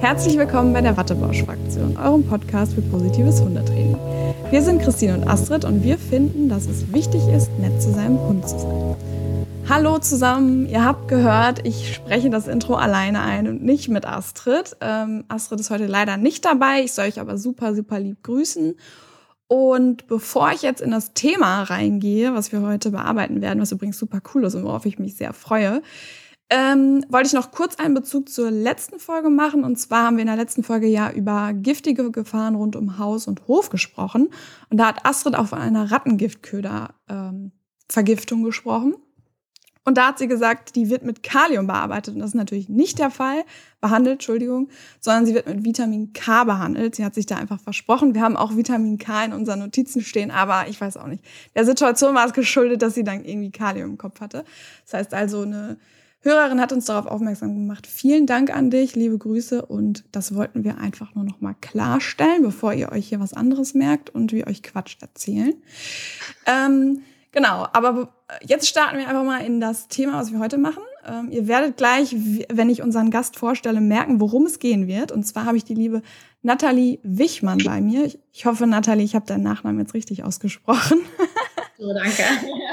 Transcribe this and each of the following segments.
Herzlich willkommen bei der Wattebausch-Fraktion, eurem Podcast für positives Hundetraining. Wir sind Christine und Astrid und wir finden, dass es wichtig ist, nett zu seinem Hund zu sein. Hallo zusammen, ihr habt gehört, ich spreche das Intro alleine ein und nicht mit Astrid. Astrid ist heute leider nicht dabei, ich soll euch aber super lieb grüßen. Und bevor ich jetzt in das Thema reingehe, was wir heute bearbeiten werden, was übrigens super cool ist und worauf ich mich sehr freue, wollte ich noch kurz einen Bezug zur letzten Folge machen. Und zwar haben wir in der letzten Folge ja über giftige Gefahren rund um Haus und Hof gesprochen. Und da hat Astrid auch von einer Rattengiftköder-Vergiftung gesprochen. Und da hat sie gesagt, die wird mit Kalium bearbeitet. Und das ist natürlich nicht der Fall, sondern sie wird mit Vitamin K behandelt. Sie hat sich da einfach versprochen. Wir haben auch Vitamin K in unseren Notizen stehen, aber ich weiß auch nicht. Der Situation war es geschuldet, dass sie dann irgendwie Kalium im Kopf hatte. Das heißt also, eine Hörerin hat uns darauf aufmerksam gemacht. Vielen Dank an dich, liebe Grüße. Und das wollten wir einfach nur noch mal klarstellen, bevor ihr euch hier was anderes merkt und wir euch Quatsch erzählen. Genau, aber jetzt starten wir einfach mal in das Thema, was wir heute machen. Ihr werdet gleich, wenn ich unseren Gast vorstelle, merken, worum es gehen wird. Und zwar habe ich die liebe Nathalie Wichmann bei mir. Ich hoffe, Nathalie, ich habe deinen Nachnamen jetzt richtig ausgesprochen. So, danke.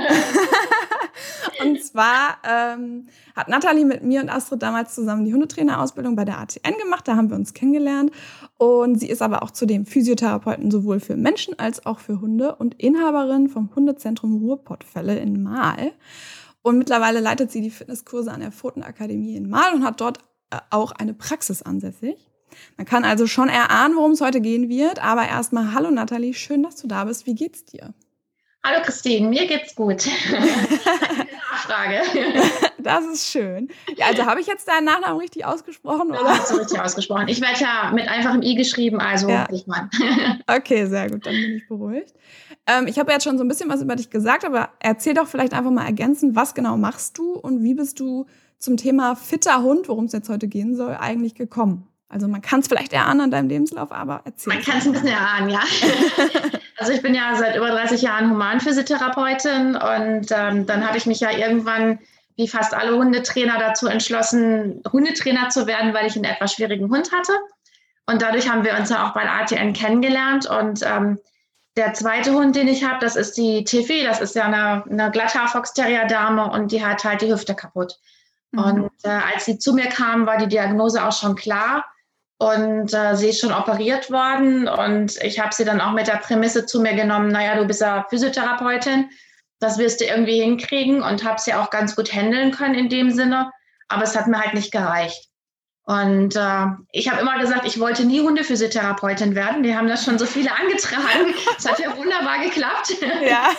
Und zwar hat Nathalie mit mir und Astrid damals zusammen die Hundetrainerausbildung bei der ATN gemacht. Da haben wir uns kennengelernt. Und sie ist aber auch zudem Physiotherapeutin sowohl für Menschen als auch für Hunde und Inhaberin vom Hundezentrum Ruhrpottfälle in Marl. Und mittlerweile leitet sie die Fitnesskurse an der Pfotenakademie in Marl und hat dort auch eine Praxis ansässig. Man kann also schon erahnen, worum es heute gehen wird. Aber erstmal, hallo Nathalie, schön, dass du da bist. Wie geht's dir? Hallo Christine, mir geht's gut. Nachfrage. Das ist schön. Ja, also habe ich jetzt deinen Nachnamen richtig ausgesprochen? Oder? Ja, hast du richtig ausgesprochen. Ich werde ja mit einfachem I geschrieben, also ja. Wichmann. Okay, sehr gut, dann bin ich beruhigt. Ich habe jetzt schon so ein bisschen was über dich gesagt, aber erzähl doch vielleicht einfach mal ergänzend, was genau machst du und wie bist du zum Thema fitter Hund, worum es jetzt heute gehen soll, eigentlich gekommen? Also man kann es vielleicht erahnen an deinem Lebenslauf, aber erzähl. Man kann es ein bisschen erahnen, ja. Also ich bin ja seit über 30 Jahren Humanphysiotherapeutin und dann habe ich mich ja irgendwann, wie fast alle Hundetrainer, dazu entschlossen, Hundetrainer zu werden, weil ich einen etwas schwierigen Hund hatte. Und dadurch haben wir uns ja auch bei ATN kennengelernt. Und der zweite Hund, den ich habe, das ist die Tiffy. Das ist ja eine Glatthaar-Fox-Terrier-Dame und die hat halt die Hüfte kaputt. Mhm. Und als sie zu mir kam, war die Diagnose auch schon klar. Und sie ist schon operiert worden und ich habe sie dann auch mit der Prämisse zu mir genommen, naja, du bist ja Physiotherapeutin, das wirst du irgendwie hinkriegen und habe sie auch ganz gut handeln können in dem Sinne, aber es hat mir halt nicht gereicht. Und ich habe immer gesagt, ich wollte nie Hundephysiotherapeutin werden, die haben das schon so viele angetragen, es hat ja wunderbar geklappt. Ja.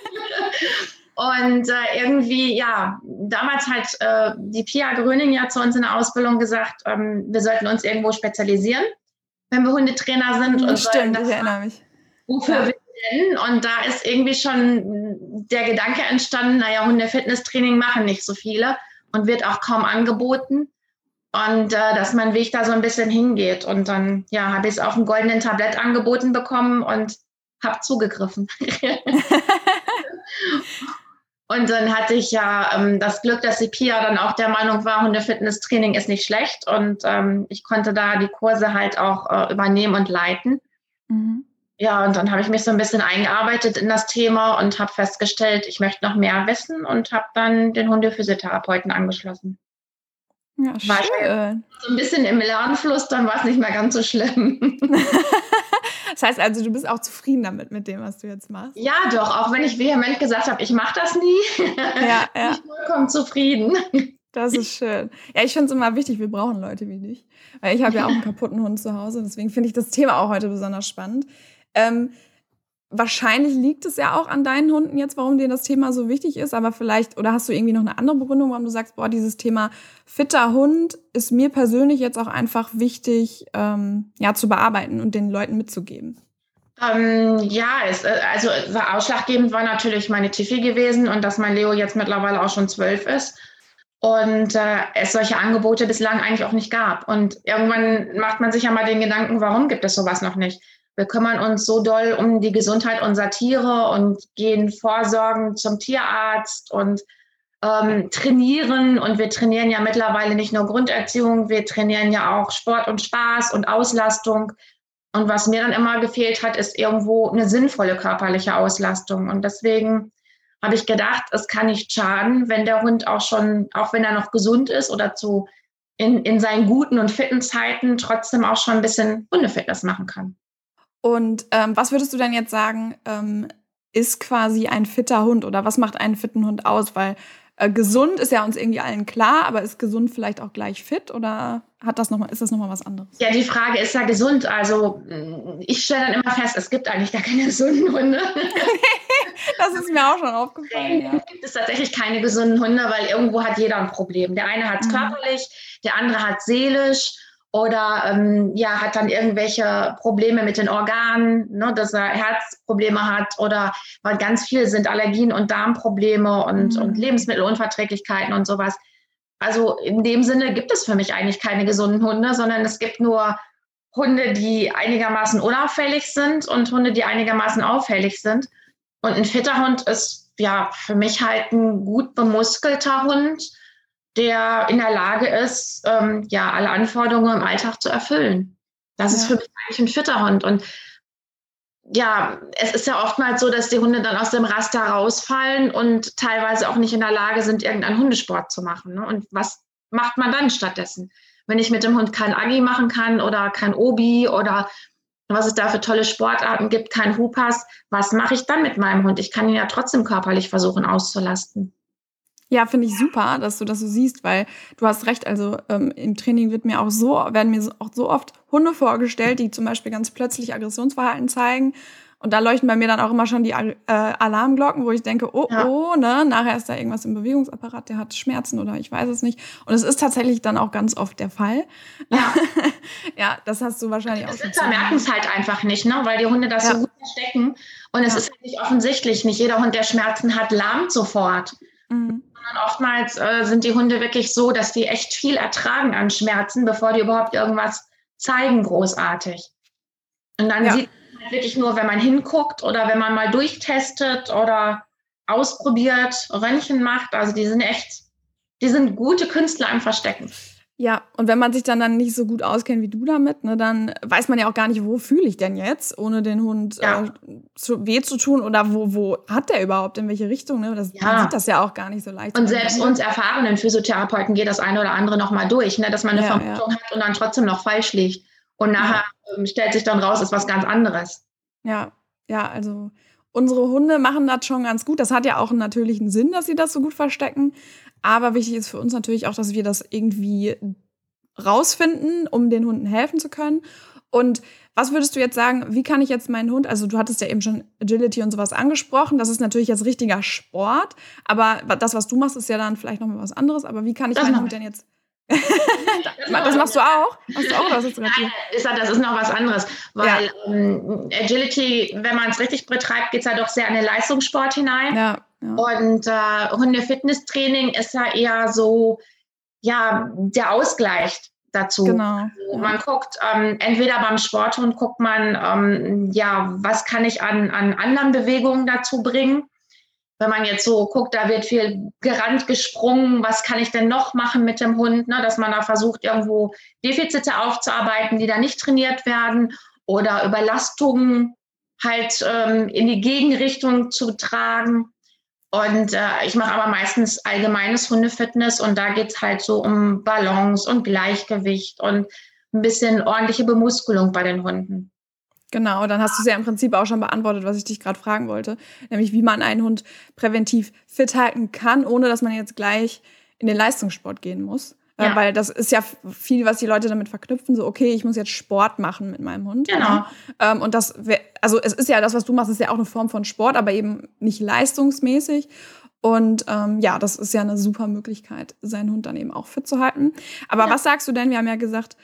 Und irgendwie, ja, damals hat die Pia Gröning ja zu uns in der Ausbildung gesagt, wir sollten uns irgendwo spezialisieren, wenn wir Hundetrainer sind. Und stimmt, ich erinnere mich. Wofür wir denn? Und da ist irgendwie schon der Gedanke entstanden, naja, Hunde-Fitnesstraining machen nicht so viele und wird auch kaum angeboten. Und dass mein Weg da so ein bisschen hingeht. Und dann, ja, habe ich es auf dem goldenen Tablett angeboten bekommen und habe zugegriffen. Und dann hatte ich ja das Glück, dass die Pia dann auch der Meinung war, Hunde-Fitnesstraining ist nicht schlecht. Und ich konnte da die Kurse halt auch übernehmen und leiten. Mhm. Ja, und dann habe ich mich so ein bisschen eingearbeitet in das Thema und habe festgestellt, ich möchte noch mehr wissen und habe dann den Hundephysiotherapeuten angeschlossen. Ja, schön. War so ein bisschen im Lernfluss, dann war es nicht mehr ganz so schlimm. Das heißt also, du bist auch zufrieden damit, mit dem, was du jetzt machst? Ja, doch, auch wenn ich vehement gesagt habe, ich mache das nie. Ja. Bin ich vollkommen zufrieden. Das ist schön. Ja, ich finde es immer wichtig, wir brauchen Leute wie dich. Weil ich habe ja auch einen kaputten Hund zu Hause, deswegen finde ich das Thema auch heute besonders spannend. Wahrscheinlich liegt es ja auch an deinen Hunden jetzt, warum dir das Thema so wichtig ist, aber vielleicht, oder hast du irgendwie noch eine andere Begründung, warum du sagst, boah, dieses Thema fitter Hund ist mir persönlich jetzt auch einfach wichtig, zu bearbeiten und den Leuten mitzugeben? Also ausschlaggebend war natürlich meine Tiffy gewesen und dass mein Leo jetzt mittlerweile auch schon 12 ist und es solche Angebote bislang eigentlich auch nicht gab. Und irgendwann macht man sich ja mal den Gedanken, warum gibt es sowas noch nicht? Wir kümmern uns so doll um die Gesundheit unserer Tiere und gehen vorsorgend zum Tierarzt und trainieren. Und wir trainieren ja mittlerweile nicht nur Grunderziehung, wir trainieren ja auch Sport und Spaß und Auslastung. Und was mir dann immer gefehlt hat, ist irgendwo eine sinnvolle körperliche Auslastung. Und deswegen habe ich gedacht, es kann nicht schaden, wenn der Hund auch wenn er noch gesund ist oder in seinen guten und fitten Zeiten trotzdem auch schon ein bisschen Hundefitness machen kann. Und was würdest du denn jetzt sagen, ist quasi ein fitter Hund oder was macht einen fitten Hund aus? Weil gesund ist ja uns irgendwie allen klar, aber ist gesund vielleicht auch gleich fit oder ist das nochmal was anderes? Ja, die Frage ist ja gesund. Also ich stelle dann immer fest, es gibt eigentlich gar keine gesunden Hunde. Das ist mir auch schon aufgefallen. Ja. Gibt es tatsächlich keine gesunden Hunde, weil irgendwo hat jeder ein Problem. Der eine hat es körperlich, der andere hat seelisch oder hat dann irgendwelche Probleme mit den Organen, ne, dass er Herzprobleme hat oder weil ganz viele sind Allergien und Darmprobleme und Lebensmittelunverträglichkeiten und sowas. Also in dem Sinne gibt es für mich eigentlich keine gesunden Hunde, sondern es gibt nur Hunde, die einigermaßen unauffällig sind und Hunde, die einigermaßen auffällig sind. Und ein fitter Hund ist ja für mich halt ein gut bemuskelter Hund, der in der Lage ist, alle Anforderungen im Alltag zu erfüllen. Das ist für mich eigentlich ein fitter Hund. Und ja, es ist ja oftmals so, dass die Hunde dann aus dem Raster rausfallen und teilweise auch nicht in der Lage sind, irgendeinen Hundesport zu machen. Ne? Und was macht man dann stattdessen? Wenn ich mit dem Hund kein Aggi machen kann oder kein Obi oder was es da für tolle Sportarten gibt, kein Hupas, was mache ich dann mit meinem Hund? Ich kann ihn ja trotzdem körperlich versuchen auszulasten. Ja, finde ich super, dass du das so siehst, weil du hast recht, also im Training werden mir auch so oft Hunde vorgestellt, die zum Beispiel ganz plötzlich Aggressionsverhalten zeigen. Und da leuchten bei mir dann auch immer schon die Alarmglocken, wo ich denke, nachher ist da irgendwas im Bewegungsapparat, der hat Schmerzen oder ich weiß es nicht. Und es ist tatsächlich dann auch ganz oft der Fall. Ja, ja, das hast du wahrscheinlich auch schon gesagt. Wir merken es halt einfach nicht, ne? Weil die Hunde das so gut verstecken. Und es ist halt nicht offensichtlich. Nicht jeder Hund, der Schmerzen hat, lahmt sofort. Sondern oftmals sind die Hunde wirklich so, dass die echt viel ertragen an Schmerzen, bevor die überhaupt irgendwas zeigen, großartig. Und dann sieht man halt wirklich nur, wenn man hinguckt oder wenn man mal durchtestet oder ausprobiert, Röntgen macht. Also die sind gute Künstler im Verstecken. Ja, und wenn man sich dann nicht so gut auskennt wie du damit, ne, dann weiß man ja auch gar nicht, wo fühle ich denn jetzt, ohne den Hund weh zu tun oder wo hat der überhaupt, in welche Richtung. Ne? Man sieht das ja auch gar nicht so leicht. Und selbst uns erfahrenen Physiotherapeuten geht das eine oder andere nochmal durch, ne, dass man eine Vermutung hat und dann trotzdem noch falsch liegt. Und nachher stellt sich dann raus, ist was ganz anderes. Ja, also unsere Hunde machen das schon ganz gut. Das hat ja auch einen natürlichen Sinn, dass sie das so gut verstecken. Aber wichtig ist für uns natürlich auch, dass wir das irgendwie rausfinden, um den Hunden helfen zu können. Und was würdest du jetzt sagen, wie kann ich jetzt meinen Hund, also du hattest ja eben schon Agility und sowas angesprochen, das ist natürlich jetzt richtiger Sport, aber das, was du machst, ist ja dann vielleicht nochmal was anderes. Aber wie kann ich meinen Hund denn jetzt... Das machst du auch? Machst du auch was jetzt? Das ist noch was anderes, weil Agility, wenn man es richtig betreibt, geht es ja doch sehr in den Leistungssport hinein. Ja. Und Hunde-Fitness-Training ist ja eher so, der Ausgleich dazu. Genau. Also man guckt, entweder beim Sporthund guckt man, was kann ich an anderen Bewegungen dazu bringen. Wenn man jetzt so guckt, da wird viel gerannt, gesprungen, was kann ich denn noch machen mit dem Hund, ne? Dass man da versucht, irgendwo Defizite aufzuarbeiten, die da nicht trainiert werden oder Überlastungen halt in die Gegenrichtung zu tragen. Und ich mache aber meistens allgemeines Hundefitness und da geht es halt so um Balance und Gleichgewicht und ein bisschen ordentliche Bemuskelung bei den Hunden. Genau, dann hast du es ja im Prinzip auch schon beantwortet, was ich dich gerade fragen wollte. Nämlich, wie man einen Hund präventiv fit halten kann, ohne dass man jetzt gleich in den Leistungssport gehen muss. Ja. Weil das ist ja viel, was die Leute damit verknüpfen. So, okay, ich muss jetzt Sport machen mit meinem Hund. Genau. Und es ist ja das, was du machst, ist ja auch eine Form von Sport, aber eben nicht leistungsmäßig. Und das ist ja eine super Möglichkeit, seinen Hund dann eben auch fit zu halten. Aber was sagst du denn? Wir haben ja gesagt,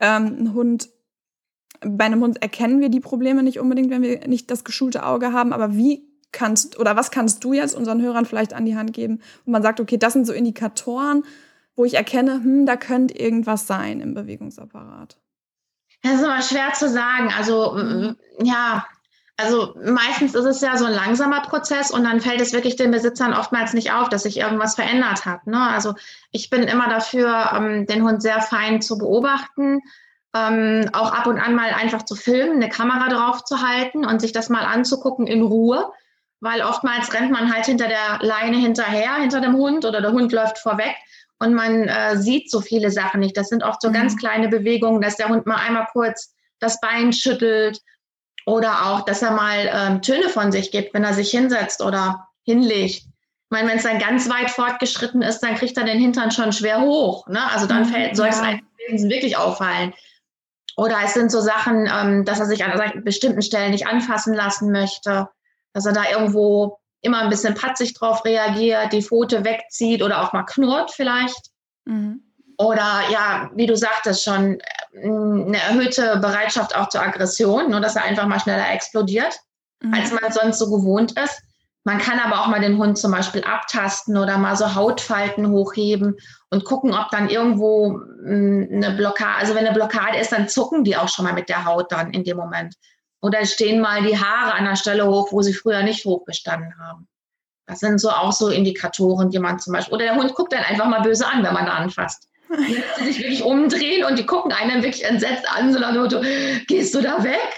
bei einem Hund erkennen wir die Probleme nicht unbedingt, wenn wir nicht das geschulte Auge haben. Aber was kannst du jetzt unseren Hörern vielleicht an die Hand geben, wo man sagt, okay, das sind so Indikatoren, wo ich erkenne, da könnte irgendwas sein im Bewegungsapparat? Das ist immer schwer zu sagen. Also, Also meistens ist es ja so ein langsamer Prozess und dann fällt es wirklich den Besitzern oftmals nicht auf, dass sich irgendwas verändert hat. Ne? Also ich bin immer dafür, den Hund sehr fein zu beobachten, auch ab und an mal einfach zu filmen, eine Kamera drauf zu halten und sich das mal anzugucken in Ruhe, weil oftmals rennt man halt hinter der Leine hinterher, hinter dem Hund oder der Hund läuft vorweg und man sieht so viele Sachen nicht. Das sind oft so ganz kleine Bewegungen, dass der Hund mal einmal kurz das Bein schüttelt oder auch, dass er mal Töne von sich gibt, wenn er sich hinsetzt oder hinlegt. Ich meine, wenn es dann ganz weit fortgeschritten ist, dann kriegt er den Hintern schon schwer hoch. Ne? Also dann soll es einem wirklich auffallen. Oder es sind so Sachen, dass er sich an bestimmten Stellen nicht anfassen lassen möchte, dass er da irgendwo immer ein bisschen patzig drauf reagiert, die Pfote wegzieht oder auch mal knurrt vielleicht. Oder ja, wie du sagtest schon, eine erhöhte Bereitschaft auch zur Aggression, nur dass er einfach mal schneller explodiert, als man sonst so gewohnt ist. Man kann aber auch mal den Hund zum Beispiel abtasten oder mal so Hautfalten hochheben und gucken, ob dann irgendwo eine Blockade, also wenn eine Blockade ist, dann zucken die auch schon mal mit der Haut dann in dem Moment. Oder stehen mal die Haare an der Stelle hoch, wo sie früher nicht hochgestanden haben. Das sind so auch so Indikatoren, die man zum Beispiel, oder der Hund guckt dann einfach mal böse an, wenn man da anfasst. Die sich wirklich umdrehen und die gucken einen dann wirklich entsetzt an, so nach dem Motto, gehst du da weg?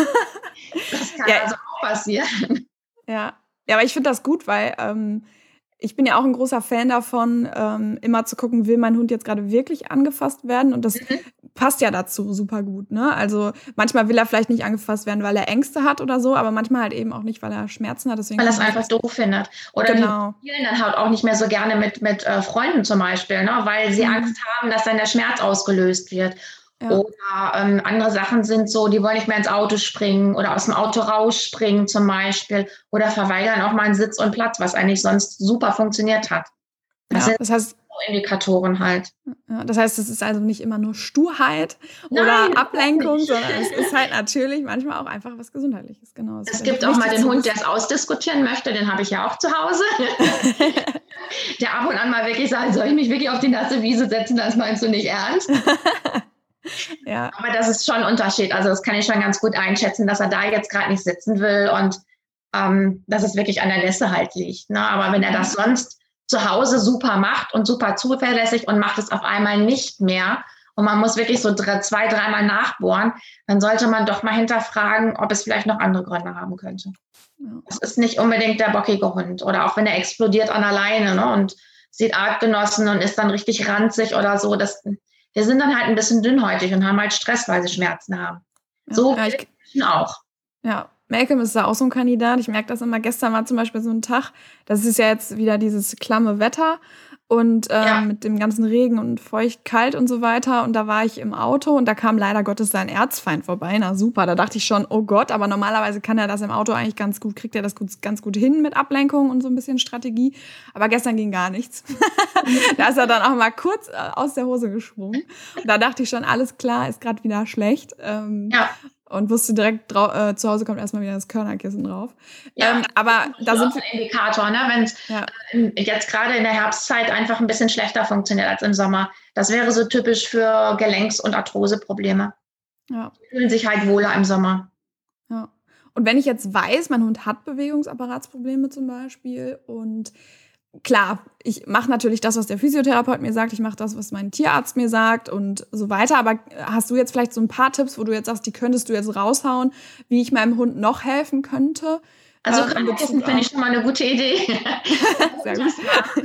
Das kann also auch passieren. Ja, aber ich finde das gut, weil ich bin ja auch ein großer Fan davon, immer zu gucken, will mein Hund jetzt gerade wirklich angefasst werden? Und das passt ja dazu super gut, ne? Also manchmal will er vielleicht nicht angefasst werden, weil er Ängste hat oder so, aber manchmal halt eben auch nicht, weil er Schmerzen hat. Deswegen weil er es einfach doof findet. Oder die spielen dann halt auch nicht mehr so gerne mit Freunden zum Beispiel, ne? Weil sie Angst haben, dass dann der Schmerz ausgelöst wird. Ja. Oder andere Sachen sind so, die wollen nicht mehr ins Auto springen oder aus dem Auto rausspringen zum Beispiel oder verweigern auch mal einen Sitz und Platz, was eigentlich sonst super funktioniert hat. Das heißt Indikatoren halt. Ja, das heißt, es ist also nicht immer nur Sturheit oder Ablenkung, sondern es ist halt natürlich manchmal auch einfach was Gesundheitliches. Genau. Es gibt auch mal den Hund, der es ausdiskutieren möchte, den habe ich ja auch zu Hause. Der ab und an mal wirklich sagt, soll ich mich wirklich auf die nasse Wiese setzen, das meinst du nicht ernst? Ja. Aber das ist schon ein Unterschied. Also das kann ich schon ganz gut einschätzen, dass er da jetzt gerade nicht sitzen will und dass es wirklich an der Nässe halt liegt. Ne? Aber wenn er das sonst zu Hause super macht und super zuverlässig und macht es auf einmal nicht mehr und man muss wirklich so 2-3 Mal nachbohren, dann sollte man doch mal hinterfragen, ob es vielleicht noch andere Gründe haben könnte. Es ist nicht unbedingt der bockige Hund oder auch wenn er explodiert an der Leine, ne, und sieht Artgenossen und ist dann richtig ranzig oder so, die sind dann halt ein bisschen dünnhäutig und haben halt Stress, weil sie Schmerzen haben. Ja, so ich auch. Ja, Malcolm ist da auch so ein Kandidat. Ich merke das immer. Gestern war zum Beispiel so ein Tag, das ist ja jetzt wieder dieses klamme Wetter und mit dem ganzen Regen und feucht, kalt und so weiter. Und da war ich im Auto und da kam leider Gottes sein Erzfeind vorbei. Na super, da dachte ich schon, oh Gott, aber normalerweise kann er das im Auto eigentlich ganz gut, kriegt er das ganz gut hin mit Ablenkung und so ein bisschen Strategie. Aber gestern ging gar nichts. Da ist er dann auch mal kurz aus der Hose geschwungen. Und da dachte ich schon, alles klar, ist gerade wieder schlecht. Und wusste direkt, zu Hause kommt erstmal wieder das Körnerkissen drauf. Ja, aber da sind ein Indikator, ne? Wenn es jetzt gerade in der Herbstzeit einfach ein bisschen schlechter funktioniert als im Sommer. Das wäre so typisch für Gelenks- und Arthroseprobleme. Ja. Die fühlen sich halt wohler im Sommer. Ja. Und wenn ich jetzt weiß, mein Hund hat Bewegungsapparatsprobleme zum Beispiel und klar, ich mache natürlich das, was der Physiotherapeut mir sagt, ich mache das, was mein Tierarzt mir sagt und so weiter, aber hast du jetzt vielleicht so ein paar Tipps, wo du jetzt sagst, die könntest du jetzt raushauen, wie ich meinem Hund noch helfen könnte? Also Körnerkissen finde ich schon mal eine gute Idee. Sehr gut.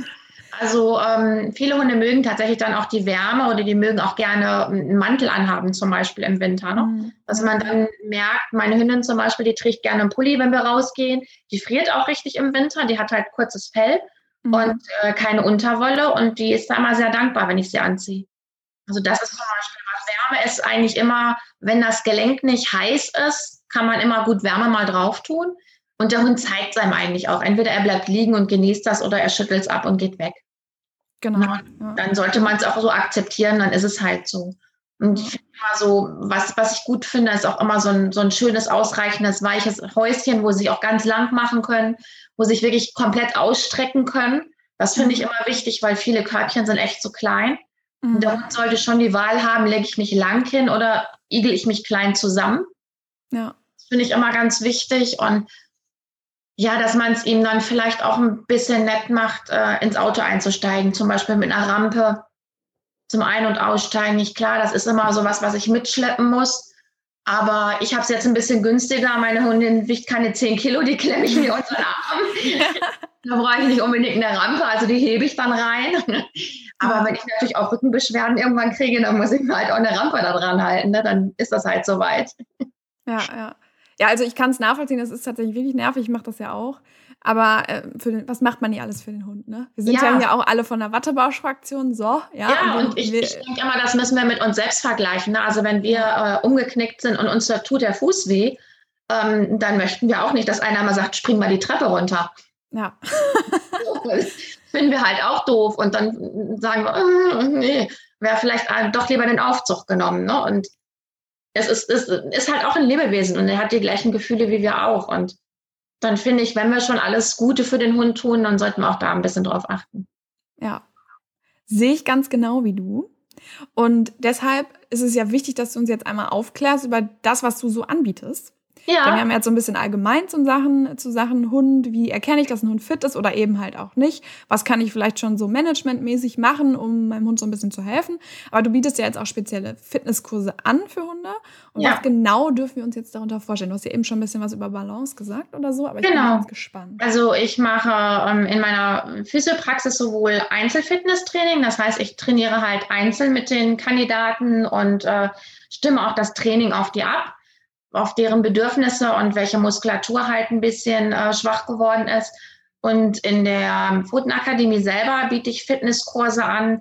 Also viele Hunde mögen tatsächlich dann auch die Wärme oder die mögen auch gerne einen Mantel anhaben, zum Beispiel im Winter. Ne? Dass man dann merkt, meine Hündin zum Beispiel, die trägt gerne einen Pulli, wenn wir rausgehen. Die friert auch richtig im Winter, die hat halt kurzes Fell. Und keine Unterwolle und die ist da immer sehr dankbar, wenn ich sie anziehe. Also das ist zum Beispiel was. Wärme ist eigentlich immer, wenn das Gelenk nicht heiß ist, kann man immer gut Wärme mal drauf tun und der Hund zeigt es einem eigentlich auch. Entweder er bleibt liegen und genießt das oder er schüttelt es ab und geht weg. Genau. Dann sollte man es auch so akzeptieren, dann ist es halt so. Und ich finde immer so, was ich gut finde, ist auch immer so ein schönes, ausreichendes, weiches Häuschen, wo sie sich auch ganz lang machen können, wo sie sich wirklich komplett ausstrecken können. Das finde ich immer wichtig, weil viele Körbchen sind echt zu klein. Und der Hund sollte schon die Wahl haben, lege ich mich lang hin oder igel ich mich klein zusammen. Ja. Das finde ich immer ganz wichtig. Und ja, dass man es ihm dann vielleicht auch ein bisschen nett macht, ins Auto einzusteigen, zum Beispiel mit einer Rampe zum Ein- und Aussteigen. Nicht klar, das ist immer so was ich mitschleppen muss. Aber ich habe es jetzt ein bisschen günstiger. Meine Hündin wiegt keine 10 Kilo, die klemme ich mir unter den Arm. Da brauche ich nicht unbedingt eine Rampe, also die hebe ich dann rein. Aber wenn ich natürlich auch Rückenbeschwerden irgendwann kriege, dann muss ich mir halt auch eine Rampe da dran halten. Ne? Dann ist das halt soweit. Ja. Ja, also ich kann es nachvollziehen, das ist tatsächlich wirklich nervig, ich mache das ja auch. Aber was macht man nicht alles für den Hund, ne? Wir sind ja hier auch alle von der Wattebausch-Fraktion, so. Ja, und ich denke immer, das müssen wir mit uns selbst vergleichen. Ne? Also wenn wir umgeknickt sind und uns tut der Fuß weh, dann möchten wir auch nicht, dass einer mal sagt, spring mal die Treppe runter. Ja. Das finden wir halt auch doof. Und dann sagen wir, nee, wäre vielleicht doch lieber den Aufzug genommen. Ne? Und es ist halt auch ein Lebewesen und er hat die gleichen Gefühle wie wir auch. Und dann finde ich, wenn wir schon alles Gute für den Hund tun, dann sollten wir auch da ein bisschen drauf achten. Ja, sehe ich ganz genau wie du. Und deshalb ist es ja wichtig, dass du uns jetzt einmal aufklärst über das, was du so anbietest. Ja. Denn wir haben jetzt so ein bisschen allgemein zu Sachen Hund. Wie erkenne ich, dass ein Hund fit ist oder eben halt auch nicht? Was kann ich vielleicht schon so managementmäßig machen, um meinem Hund so ein bisschen zu helfen? Aber du bietest ja jetzt auch spezielle Fitnesskurse an für Hunde. Und was genau dürfen wir uns jetzt darunter vorstellen? Du hast ja eben schon ein bisschen was über Balance gesagt oder so, aber ich bin ganz gespannt. Also ich mache in meiner Physiopraxis sowohl Einzelfitnesstraining, das heißt, ich trainiere halt einzeln mit den Kandidaten und stimme auch das Training auf die ab, auf deren Bedürfnisse und welche Muskulatur halt ein bisschen schwach geworden ist. Und in der Pfotenakademie selber biete ich Fitnesskurse an,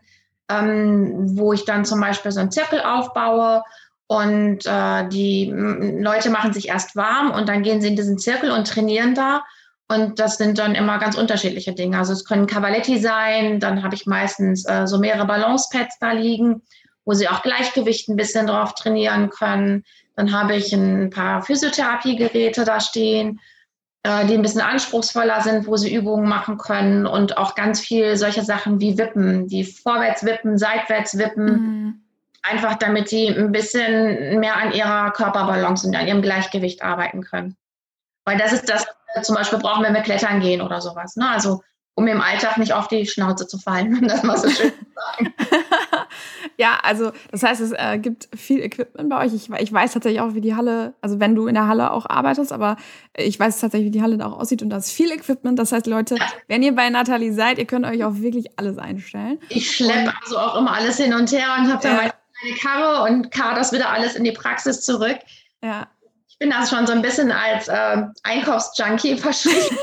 wo ich dann zum Beispiel so einen Zirkel aufbaue und die Leute machen sich erst warm und dann gehen sie in diesen Zirkel und trainieren da. Und das sind dann immer ganz unterschiedliche Dinge. Also es können Cavaletti sein, dann habe ich meistens so mehrere Balancepads da liegen, wo sie auch Gleichgewicht ein bisschen drauf trainieren können. Dann habe ich ein paar Physiotherapiegeräte da stehen, die ein bisschen anspruchsvoller sind, wo sie Übungen machen können und auch ganz viel solche Sachen wie Wippen, wie Vorwärtswippen, Seitwärtswippen, einfach damit sie ein bisschen mehr an ihrer Körperbalance und an ihrem Gleichgewicht arbeiten können. Weil das ist das, zum Beispiel brauchen, wenn wir klettern gehen oder sowas. Ne? Also um im Alltag nicht auf die Schnauze zu fallen, um das mal so schön zu sagen. Ja, also das heißt, es gibt viel Equipment bei euch. Ich weiß tatsächlich auch, wie die Halle, also wenn du in der Halle auch arbeitest, aber ich weiß tatsächlich, wie die Halle da auch aussieht und da ist viel Equipment. Das heißt, Leute, wenn ihr bei Nathalie seid, ihr könnt euch auf wirklich alles einstellen. Ich schleppe also auch immer alles hin und her und habe da meine kleine Karre und karre das wieder alles in die Praxis zurück. Ja. Ich bin das schon so ein bisschen als Einkaufsjunkie verschrieben.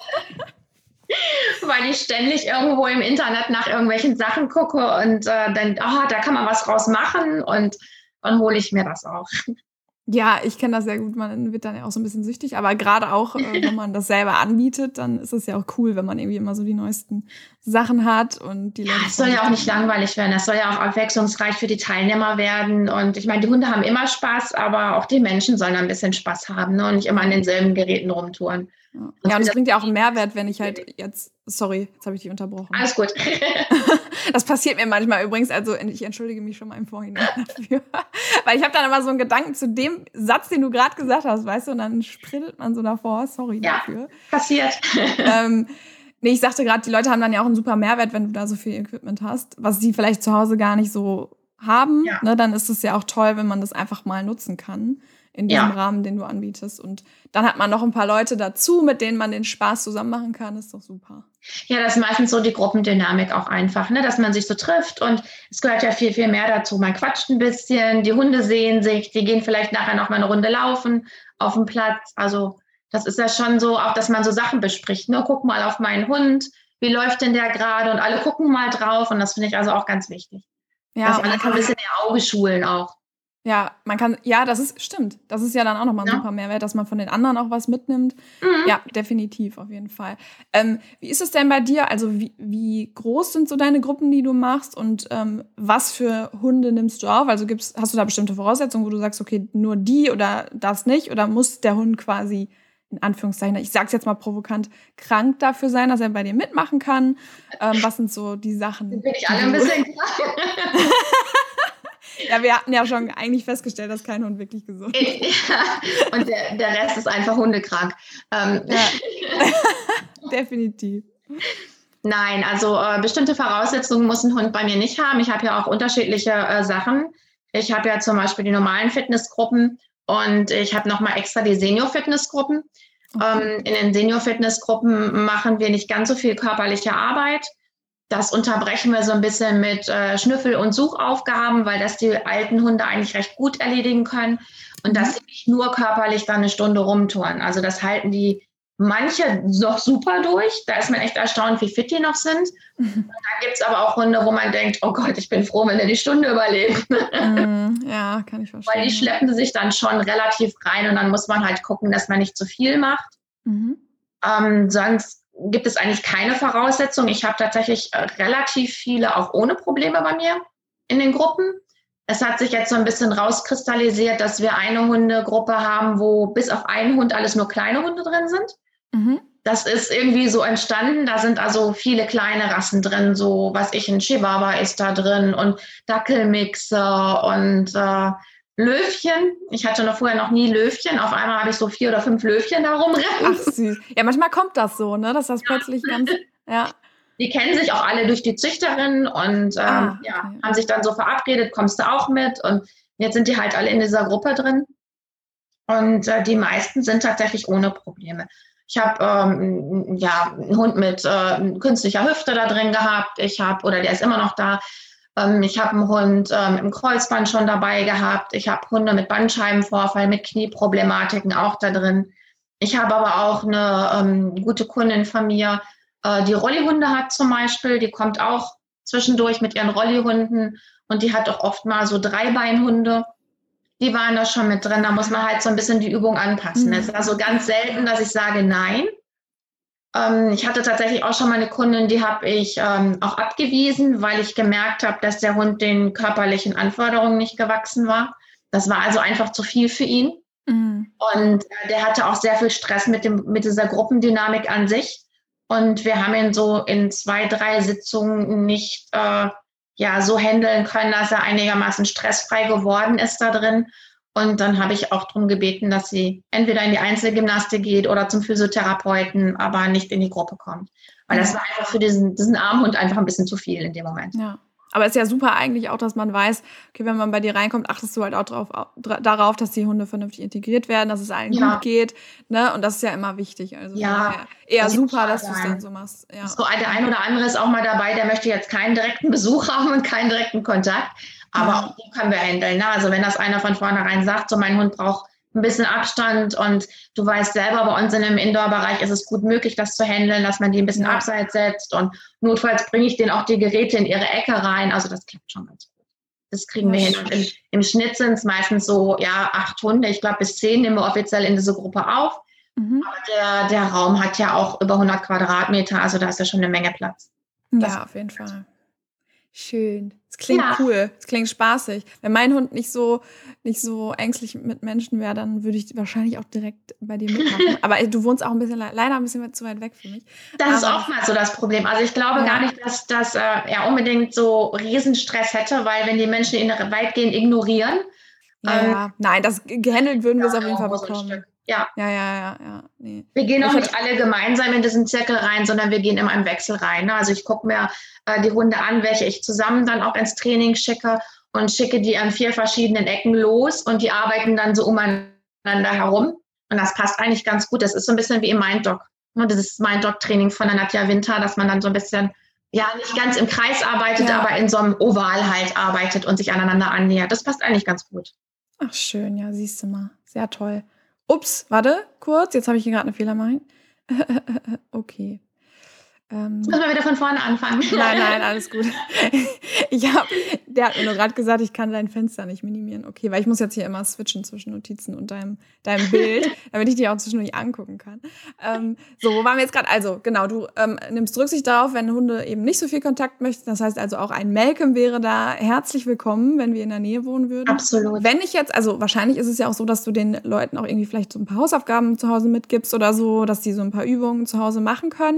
Weil ich ständig irgendwo im Internet nach irgendwelchen Sachen gucke und dann, da kann man was draus machen und dann hole ich mir das auch. Ja, ich kenne das sehr gut. Man wird dann ja auch so ein bisschen süchtig, aber gerade auch, wenn man das selber anbietet, dann ist es ja auch cool, wenn man irgendwie immer so die neuesten Sachen hat und die Leute. Es soll ja auch nicht langweilig werden. Es soll ja auch abwechslungsreich für die Teilnehmer werden. Und ich meine, die Hunde haben immer Spaß, aber auch die Menschen sollen ein bisschen Spaß haben, ne? Und nicht immer an denselben Geräten rumtouren. Ja, und es bringt ja auch einen Mehrwert, wenn ich halt jetzt, sorry, jetzt habe ich dich unterbrochen. Alles gut. Das passiert mir manchmal übrigens, also ich entschuldige mich schon mal im Vorhinein dafür. Weil ich habe dann immer so einen Gedanken zu dem Satz, den du gerade gesagt hast, weißt du, und dann sprittelt man so davor, sorry dafür. Ja, passiert. Nee, ich sagte gerade, die Leute haben dann ja auch einen super Mehrwert, wenn du da so viel Equipment hast, was sie vielleicht zu Hause gar nicht so haben. Ja. Ne, dann ist es ja auch toll, wenn man das einfach mal nutzen kann. In diesem Rahmen, den du anbietest. Und dann hat man noch ein paar Leute dazu, mit denen man den Spaß zusammen machen kann. Das ist doch super. Ja, das ist meistens so die Gruppendynamik auch einfach, ne? Dass man sich so trifft. Und es gehört ja viel, viel mehr dazu. Man quatscht ein bisschen, die Hunde sehen sich, die gehen vielleicht nachher noch mal eine Runde laufen auf dem Platz. Also das ist ja schon so, auch dass man so Sachen bespricht. Ne? Guck mal auf meinen Hund, wie läuft denn der gerade? Und alle gucken mal drauf. Und das finde ich also auch ganz wichtig. Ja, dass man kann ein bisschen ihr Auge schulen auch. Ja, stimmt. Das ist ja dann auch nochmal ein super Mehrwert, dass man von den anderen auch was mitnimmt. Mhm. Ja, definitiv, auf jeden Fall. Wie ist es denn bei dir? Also wie groß sind so deine Gruppen, die du machst und was für Hunde nimmst du auf? Also hast du da bestimmte Voraussetzungen, wo du sagst, okay, nur die oder das nicht? Oder muss der Hund quasi, in Anführungszeichen, ich sag's jetzt mal provokant, krank dafür sein, dass er bei dir mitmachen kann? Was sind so die Sachen? Bin ich alle ein bisschen krank? Ja, wir hatten ja schon eigentlich festgestellt, dass kein Hund wirklich gesund ist. Ja, und der Rest ist einfach hundekrank. Ja. Definitiv. Nein, also bestimmte Voraussetzungen muss ein Hund bei mir nicht haben. Ich habe ja auch unterschiedliche Sachen. Ich habe ja zum Beispiel die normalen Fitnessgruppen und ich habe nochmal extra die Senior-Fitnessgruppen. Okay. In den Senior-Fitnessgruppen machen wir nicht ganz so viel körperliche Arbeit. Das unterbrechen wir so ein bisschen mit Schnüffel- und Suchaufgaben, weil das die alten Hunde eigentlich recht gut erledigen können und dass sie nicht nur körperlich dann eine Stunde rumtouren. Also das halten die manche noch super durch. Da ist man echt erstaunt, wie fit die noch sind. Und dann gibt es aber auch Hunde, wo man denkt, oh Gott, ich bin froh, wenn der die Stunde überlebt. Ja, kann ich verstehen. Weil die schleppen sich dann schon relativ rein und dann muss man halt gucken, dass man nicht zu viel macht. Sonst gibt es eigentlich keine Voraussetzung. Ich habe tatsächlich relativ viele auch ohne Probleme bei mir in den Gruppen. Es hat sich jetzt so ein bisschen rauskristallisiert, dass wir eine Hundegruppe haben, wo bis auf einen Hund alles nur kleine Hunde drin sind. Das ist irgendwie so entstanden. Da sind also viele kleine Rassen drin, so ein Chihuahua ist da drin und Dackelmixer und Löwchen. Ich hatte vorher noch nie Löwchen. Auf einmal habe ich so 4 oder 5 Löwchen da rumrennen. Ach süß. Ja, manchmal kommt das so, ne? Dass das plötzlich ganz, ja. Die kennen sich auch alle durch die Züchterin und okay. Haben sich dann so verabredet, kommst du auch mit? Und jetzt sind die halt alle in dieser Gruppe drin. Und die meisten sind tatsächlich ohne Probleme. Ich habe einen Hund mit künstlicher Hüfte da drin gehabt. Der ist immer noch da. Ich habe einen Hund im Kreuzband schon dabei gehabt. Ich habe Hunde mit Bandscheibenvorfall, mit Knieproblematiken auch da drin. Ich habe aber auch eine gute Kundin von mir, die Rollihunde hat zum Beispiel. Die kommt auch zwischendurch mit ihren Rollihunden und die hat auch oft mal so 3-Beinhunde. Die waren da schon mit drin. Da muss man halt so ein bisschen die Übung anpassen. Es ist also ganz selten, dass ich sage nein. Ich hatte tatsächlich auch schon mal eine Kundin, die habe ich auch abgewiesen, weil ich gemerkt habe, dass der Hund den körperlichen Anforderungen nicht gewachsen war. Das war also einfach zu viel für ihn. Und der hatte auch sehr viel Stress mit dieser Gruppendynamik an sich. Und wir haben ihn so in 2, 3 Sitzungen nicht so handeln können, dass er einigermaßen stressfrei geworden ist da drin. Und dann habe ich auch darum gebeten, dass sie entweder in die Einzelgymnastik geht oder zum Physiotherapeuten, aber nicht in die Gruppe kommt. Weil das war einfach für diesen armen Hund einfach ein bisschen zu viel in dem Moment. Ja. Aber es ist ja super eigentlich auch, dass man weiß, okay, wenn man bei dir reinkommt, achtest du halt auch darauf, dass die Hunde vernünftig integriert werden, dass es allen gut geht, ne? Und das ist ja immer wichtig. Also eher super, dass du es dann so machst. Ja. So der ein oder andere ist auch mal dabei, der möchte jetzt keinen direkten Besuch haben und keinen direkten Kontakt. Aber auch die können wir handeln. Ne? Also wenn das einer von vornherein sagt, so mein Hund braucht ein bisschen Abstand und du weißt selber, bei uns in einem Indoor-Bereich ist es gut möglich, das zu handeln, dass man die ein bisschen abseits setzt und notfalls bringe ich denen auch die Geräte in ihre Ecke rein. Also das klappt schon ganz gut. Das kriegen wir hin. Und im Schnitt sind es meistens so 8 Hunde. Ich glaube, bis 10 nehmen wir offiziell in diese Gruppe auf. Aber der Raum hat ja auch über 100 Quadratmeter, also da ist ja schon eine Menge Platz. Ja, auf jeden Fall. Schön. Das klingt cool, das klingt spaßig. Wenn mein Hund nicht so ängstlich mit Menschen wäre, dann würde ich wahrscheinlich auch direkt bei dir mitmachen. Aber du wohnst auch leider ein bisschen zu weit weg für mich. Das ist oftmals so das Problem. Also ich glaube gar nicht, dass er unbedingt so Riesenstress hätte, weil wenn die Menschen ihn weitgehend ignorieren. Nein, das gehandelt würden wir es auf jeden Fall bekommen. Ja. Nee. Wir gehen auch nicht alle gemeinsam in diesen Zirkel rein, sondern wir gehen immer im Wechsel rein. Also ich gucke mir die Hunde an, welche ich zusammen dann auch ins Training schicke und schicke die an 4 verschiedenen Ecken los und die arbeiten dann so umeinander herum. Und das passt eigentlich ganz gut. Das ist so ein bisschen wie im Minddog. Dieses Minddog-Training von der Nadja Winter, dass man dann so ein bisschen, nicht ganz im Kreis arbeitet, aber in so einem Oval halt arbeitet und sich aneinander annähert. Das passt eigentlich ganz gut. Ach schön, ja, siehst du mal. Sehr toll. Ups, warte, kurz. Jetzt habe ich hier gerade einen Fehler gemacht. Okay. Müssen wir wieder von vorne anfangen? Nein, alles gut. Der hat mir nur gerade gesagt, ich kann dein Fenster nicht minimieren. Okay, weil ich muss jetzt hier immer switchen zwischen Notizen und deinem Bild, damit ich die auch zwischendurch angucken kann. Wo waren wir jetzt gerade? Also, genau, du nimmst Rücksicht darauf, wenn Hunde eben nicht so viel Kontakt möchten. Das heißt also auch ein Malcolm wäre da herzlich willkommen, wenn wir in der Nähe wohnen würden. Absolut. Wenn ich jetzt, also wahrscheinlich ist es ja auch so, dass du den Leuten auch irgendwie vielleicht so ein paar Hausaufgaben zu Hause mitgibst oder so, dass die so ein paar Übungen zu Hause machen können.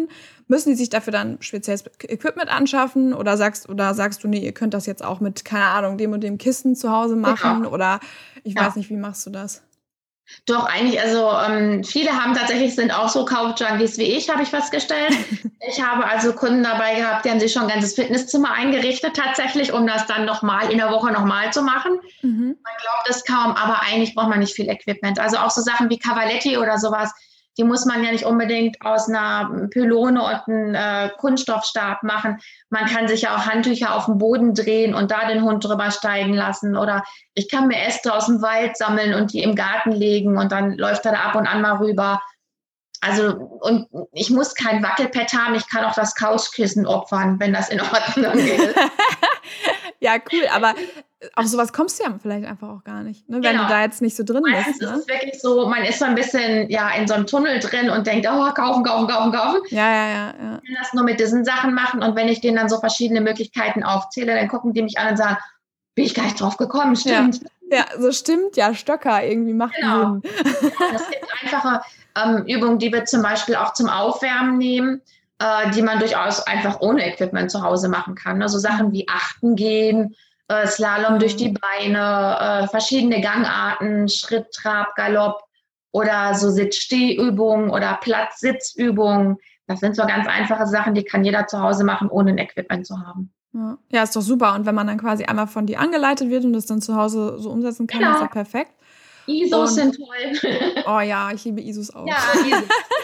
müssen die sich dafür dann spezielles Equipment anschaffen oder sagst du, nee, ihr könnt das jetzt auch mit, keine Ahnung, dem und dem Kissen zu Hause machen oder ich weiß nicht, wie machst du das? Doch, eigentlich, also viele sind auch so Kaufjunkies wie ich, habe ich festgestellt. Ich habe also Kunden dabei gehabt, die haben sich schon ein ganzes Fitnesszimmer eingerichtet tatsächlich, um das dann nochmal in der Woche nochmal zu machen. Man glaubt es kaum, aber eigentlich braucht man nicht viel Equipment. Also auch so Sachen wie Cavaletti oder sowas, die muss man ja nicht unbedingt aus einer Pylone und einem Kunststoffstab machen. Man kann sich ja auch Handtücher auf den Boden drehen und da den Hund drüber steigen lassen. Oder ich kann mir Äste aus dem Wald sammeln und die im Garten legen und dann läuft er da ab und an mal rüber. Also, und ich muss kein Wackelpad haben, ich kann auch das Couchkissen opfern, wenn das in Ordnung ist. Ja, cool, aber auf sowas kommst du ja vielleicht einfach auch gar nicht, ne? Wenn du da jetzt nicht so drin bist. Ne? Es ist wirklich so, man ist so ein bisschen in so einem Tunnel drin und denkt, kaufen. Ja. Ich kann das nur mit diesen Sachen machen und wenn ich denen dann so verschiedene Möglichkeiten aufzähle, dann gucken die mich an und sagen, bin ich gar nicht drauf gekommen, stimmt. Ja, so stimmt, ja, Stöcker irgendwie macht Sinn. Ja, es gibt einfache Übungen, die wir zum Beispiel auch zum Aufwärmen nehmen, die man durchaus einfach ohne Equipment zu Hause machen kann. Also Sachen wie Achten gehen, Slalom durch die Beine, verschiedene Gangarten, Schritt, Trab, Galopp oder so Sitz-Steh-Übungen oder Platz-Sitz-Übungen. Das sind so ganz einfache Sachen, die kann jeder zu Hause machen, ohne ein Equipment zu haben. Ja, ist doch super. Und wenn man dann quasi einmal von dir angeleitet wird und das dann zu Hause so umsetzen kann, ist das perfekt. ISOs sind toll. Oh ja, ich liebe ISOs auch. Ja, ISOs.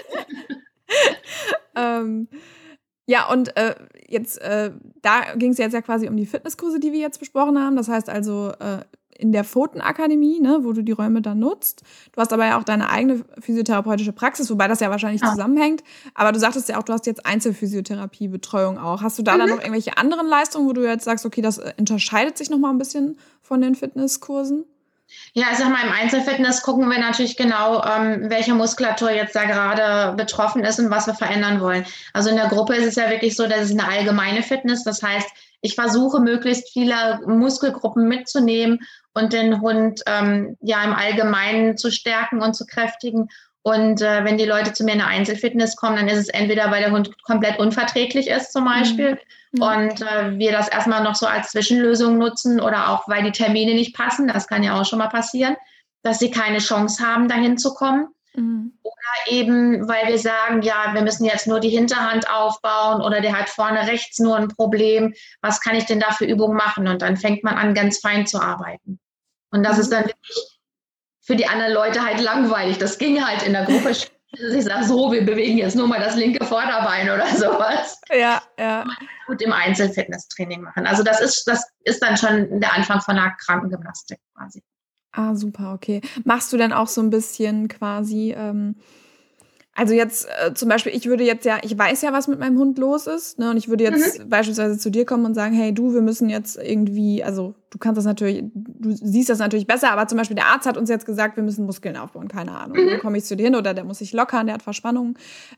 Ja, und jetzt, da ging es jetzt ja quasi um die Fitnesskurse, die wir jetzt besprochen haben. Das heißt also in der Pfotenakademie, ne, wo du die Räume dann nutzt. Du hast aber ja auch deine eigene physiotherapeutische Praxis, wobei das ja wahrscheinlich zusammenhängt. Aber du sagtest ja auch, du hast jetzt Einzelphysiotherapiebetreuung auch. Hast du da dann noch irgendwelche anderen Leistungen, wo du jetzt sagst, okay, das unterscheidet sich nochmal ein bisschen von den Fitnesskursen? Ja, ich sag mal, im Einzelfitness gucken wir natürlich genau, welche Muskulatur jetzt da gerade betroffen ist und was wir verändern wollen. Also in der Gruppe ist es ja wirklich so, dass es eine allgemeine Fitness. Das heißt, ich versuche, möglichst viele Muskelgruppen mitzunehmen und den Hund im Allgemeinen zu stärken und zu kräftigen. Und wenn die Leute zu mir in eine Einzelfitness kommen, dann ist es entweder, weil der Hund komplett unverträglich ist zum Beispiel und wir das erstmal noch so als Zwischenlösung nutzen oder auch, weil die Termine nicht passen, das kann ja auch schon mal passieren, dass sie keine Chance haben, dahin zu kommen. Oder eben, weil wir sagen, ja, wir müssen jetzt nur die Hinterhand aufbauen oder der hat vorne rechts nur ein Problem. Was kann ich denn da für Übungen machen? Und dann fängt man an, ganz fein zu arbeiten. Und das ist dann wirklich für die anderen Leute halt langweilig. Das ging halt in der Gruppe. Ich sage so, wir bewegen jetzt nur mal das linke Vorderbein oder sowas. Ja. Man kann gut im Einzelfitnesstraining machen. Also das ist dann schon der Anfang von einer Krankengymnastik quasi. Ah, super, okay. Machst du denn auch so ein bisschen quasi, also jetzt zum Beispiel, ich weiß ja, was mit meinem Hund los ist, ne? Und ich würde jetzt beispielsweise zu dir kommen und sagen, hey du, wir müssen jetzt irgendwie, also du siehst das natürlich besser, aber zum Beispiel der Arzt hat uns jetzt gesagt, wir müssen Muskeln aufbauen, keine Ahnung. Dann komme ich zu dir hin oder der muss sich lockern, der hat Verspannungen.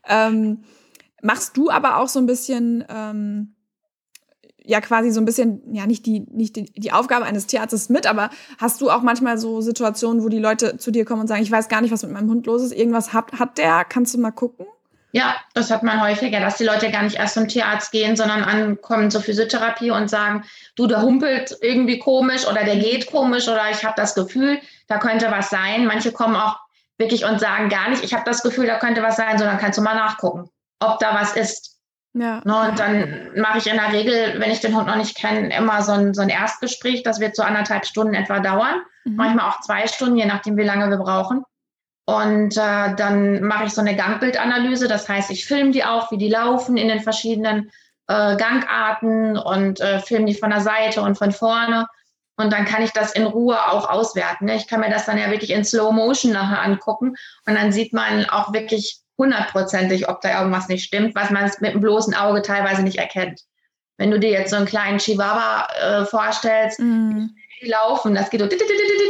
Machst du aber auch so ein bisschen quasi so ein bisschen, ja, nicht die Aufgabe eines Tierarztes mit, aber hast du auch manchmal so Situationen, wo die Leute zu dir kommen und sagen, ich weiß gar nicht, was mit meinem Hund los ist, irgendwas hat der, kannst du mal gucken? Ja, das hat man häufiger, dass die Leute gar nicht erst zum Tierarzt gehen, sondern ankommen zur Physiotherapie und sagen, du, der humpelt irgendwie komisch oder der geht komisch oder ich habe das Gefühl, da könnte was sein. Manche kommen auch wirklich und sagen gar nicht, ich habe das Gefühl, da könnte was sein, sondern kannst du mal nachgucken, ob da was ist. Ja. Und dann mache ich in der Regel, wenn ich den Hund noch nicht kenne, immer so ein Erstgespräch. Das wird so 1,5 Stunden etwa dauern. Manchmal auch 2 Stunden, je nachdem, wie lange wir brauchen. Und dann mache ich so eine Gangbildanalyse. Das heißt, ich filme die auch, wie die laufen in den verschiedenen Gangarten und filme die von der Seite und von vorne. Und dann kann ich das in Ruhe auch auswerten. Ne? Ich kann mir das dann ja wirklich in Slow Motion nachher angucken. Und dann sieht man auch wirklich 100%ig, ob da irgendwas nicht stimmt, was man mit dem bloßen Auge teilweise nicht erkennt. Wenn du dir jetzt so einen kleinen Chihuahua vorstellst, die laufen, das geht so, da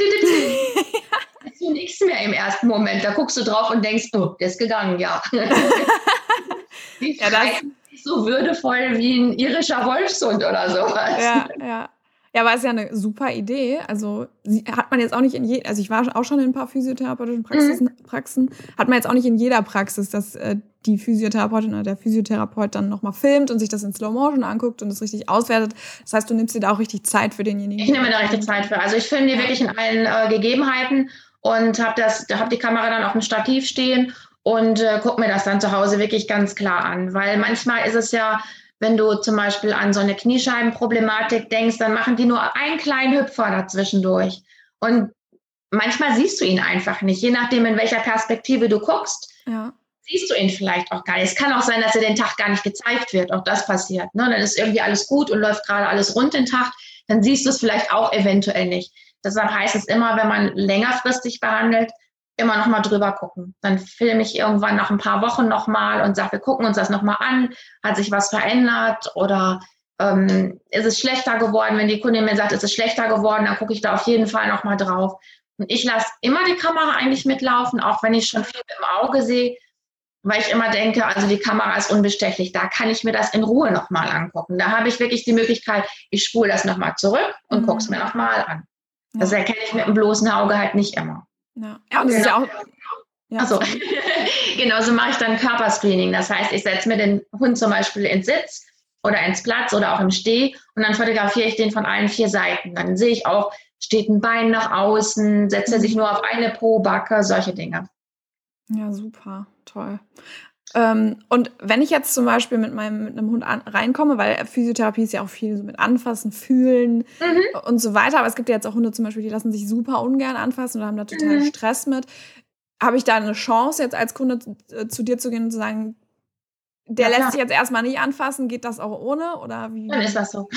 ist so nichts mehr im ersten Moment. Da guckst du drauf und denkst, oh, der ist gegangen, ja. Die schreien nicht so würdevoll wie ein irischer Wolfshund oder sowas. Ja. Ja, aber ist ja eine super Idee. Also hat man jetzt auch nicht also ich war auch schon in ein paar physiotherapeutischen Praxen, hat man jetzt auch nicht in jeder Praxis, dass die Physiotherapeutin oder der Physiotherapeut dann nochmal filmt und sich das in Slow Motion anguckt und es richtig auswertet. Das heißt, du nimmst dir da auch richtig Zeit für denjenigen. Ich nehme mir da richtig Zeit für. Also ich filme die wirklich in allen Gegebenheiten und hab die Kamera dann auf dem Stativ stehen und gucke mir das dann zu Hause wirklich ganz klar an. Weil manchmal ist es ja, wenn du zum Beispiel an so eine Kniescheibenproblematik denkst, dann machen die nur einen kleinen Hüpfer dazwischendurch. Und manchmal siehst du ihn einfach nicht, je nachdem, in welcher Perspektive du guckst. Ja. Siehst du ihn vielleicht auch gar nicht. Es kann auch sein, dass er den Tag gar nicht gezeigt wird. Auch das passiert. Ne? Dann ist irgendwie alles gut und läuft gerade alles rund den Tag. Dann siehst du es vielleicht auch eventuell nicht. Deshalb heißt es immer, wenn man längerfristig behandelt, immer noch mal drüber gucken. Dann filme ich irgendwann nach ein paar Wochen noch mal und sage, wir gucken uns das noch mal an. Hat sich was verändert oder ist es schlechter geworden? Wenn die Kundin mir sagt, ist es schlechter geworden, dann gucke ich da auf jeden Fall noch mal drauf. Und ich lasse immer die Kamera eigentlich mitlaufen, auch wenn ich schon viel mit dem Auge sehe, weil ich immer denke, also die Kamera ist unbestechlich, da kann ich mir das in Ruhe nochmal angucken. Da habe ich wirklich die Möglichkeit, ich spule das nochmal zurück und gucke es mir nochmal an. Ja. Das erkenne ich mit dem bloßen Auge halt nicht immer. Ja, und das ist ja auch... Ja, also, genau, so mache ich dann Körperscreening. Das heißt, ich setze mir den Hund zum Beispiel ins Sitz oder ins Platz oder auch im Steh und dann fotografiere ich den von allen 4 Seiten. Dann sehe ich auch, steht ein Bein nach außen, setzt er sich nur auf eine Pobacke, solche Dinge. Ja, super, toll. Und wenn ich jetzt zum Beispiel mit einem Hund reinkomme, weil Physiotherapie ist ja auch viel so mit Anfassen, Fühlen und so weiter, aber es gibt ja jetzt auch Hunde zum Beispiel, die lassen sich super ungern anfassen oder haben da total Stress mit. Habe ich da eine Chance, jetzt als Kunde zu dir zu gehen und zu sagen, der lässt sich jetzt erstmal nicht anfassen, geht das auch ohne? Oder wie? Dann ist das so.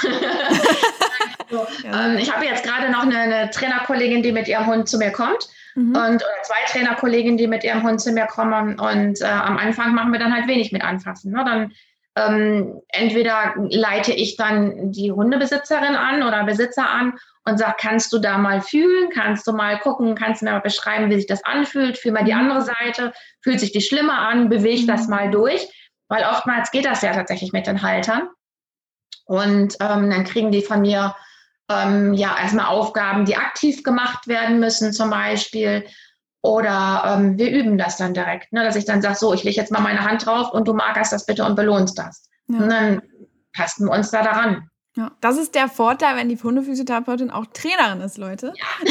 Ich habe jetzt gerade noch eine Trainerkollegin, die mit ihrem Hund zu mir kommt. Oder 2 Trainerkolleginnen, die mit ihrem Hund zu mir kommen. Und am Anfang machen wir dann halt wenig mit Anfassen. Ne? Dann entweder leite ich dann die Hundebesitzerin an oder Besitzer an und sage, kannst du da mal fühlen, kannst du mal gucken, kannst du mir mal beschreiben, wie sich das anfühlt, fühl mal die andere Seite, fühlt sich die schlimmer an, bewege das mal durch. Weil oftmals geht das ja tatsächlich mit den Haltern. Und dann kriegen die von mir erstmal Aufgaben, die aktiv gemacht werden müssen zum Beispiel. Oder wir üben das dann direkt, ne? Dass ich dann sage, so, ich lege jetzt mal meine Hand drauf und du markerst das bitte und belohnst das. Ja. Und dann tasten wir uns da daran. Ja. Das ist der Vorteil, wenn die Hundephysiotherapeutin auch Trainerin ist, Leute. Ja.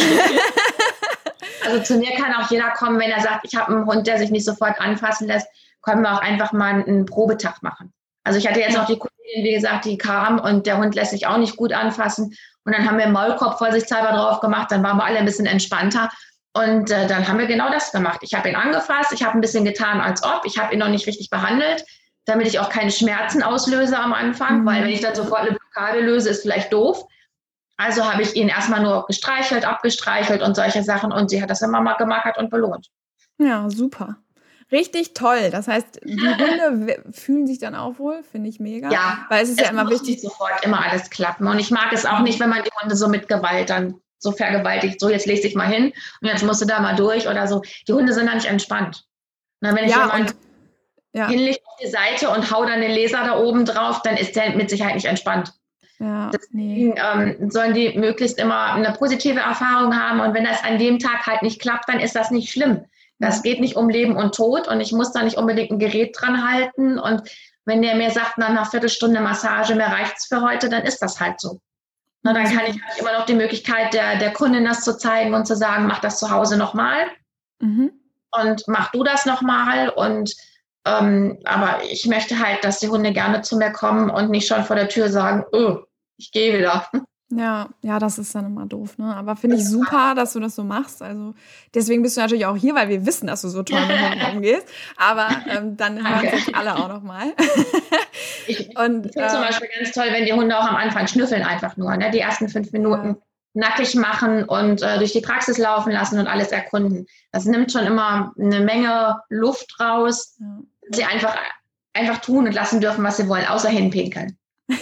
Also zu mir kann auch jeder kommen, wenn er sagt, ich habe einen Hund, der sich nicht sofort anfassen lässt, können wir auch einfach mal einen Probetag machen. Also ich hatte jetzt auch die Kollegin, wie gesagt, die kam und der Hund lässt sich auch nicht gut anfassen. Und dann haben wir einen Maulkorb vorsichtshalber drauf gemacht, dann waren wir alle ein bisschen entspannter. Und dann haben wir genau das gemacht. Ich habe ihn angefasst, ich habe ein bisschen getan, als ob. Ich habe ihn noch nicht richtig behandelt, damit ich auch keine Schmerzen auslöse am Anfang, weil wenn ich dann sofort eine Blockade löse, ist vielleicht doof. Also habe ich ihn erstmal nur gestreichelt, abgestreichelt und solche Sachen. Und sie hat das immer mal gemarkert und belohnt. Ja, super. Richtig toll. Das heißt, die Hunde fühlen sich dann auch wohl, finde ich mega. Ja, weil es ist ja immer wichtig. Nicht sofort immer alles klappen. Und ich mag es auch nicht, wenn man die Hunde so mit Gewalt dann so vergewaltigt. So, jetzt leg dich mal hin und jetzt musst du da mal durch oder so. Die Hunde sind da nicht entspannt. Und wenn ich jemanden hinlege auf die Seite und hau dann den Laser da oben drauf, dann ist der mit Sicherheit nicht entspannt. Ja, Deswegen sollen die möglichst immer eine positive Erfahrung haben. Und wenn das an dem Tag halt nicht klappt, dann ist das nicht schlimm. Das geht nicht um Leben und Tod und ich muss da nicht unbedingt ein Gerät dran halten. Und wenn der mir sagt, nach einer Viertelstunde Massage, mir reicht's für heute, dann ist das halt so. Na, dann kann ich halt immer noch die Möglichkeit, der Kundin das zu zeigen und zu sagen, mach das zu Hause nochmal und mach du das nochmal. Und aber ich möchte halt, dass die Hunde gerne zu mir kommen und nicht schon vor der Tür sagen, oh, ich gehe wieder. Ja, das ist dann immer doof, ne? Aber finde ich super, dass du das so machst. Also deswegen bist du natürlich auch hier, weil wir wissen, dass du so toll mit Hunden umgehst. Aber dann hören wir uns alle auch nochmal. Ich finde zum Beispiel ganz toll, wenn die Hunde auch am Anfang schnüffeln einfach nur, ne? Die ersten 5 Minuten nackig machen und durch die Praxis laufen lassen und alles erkunden. Das nimmt schon immer eine Menge Luft raus. Ja. Sie einfach tun und lassen dürfen, was sie wollen, außer hinpinkeln.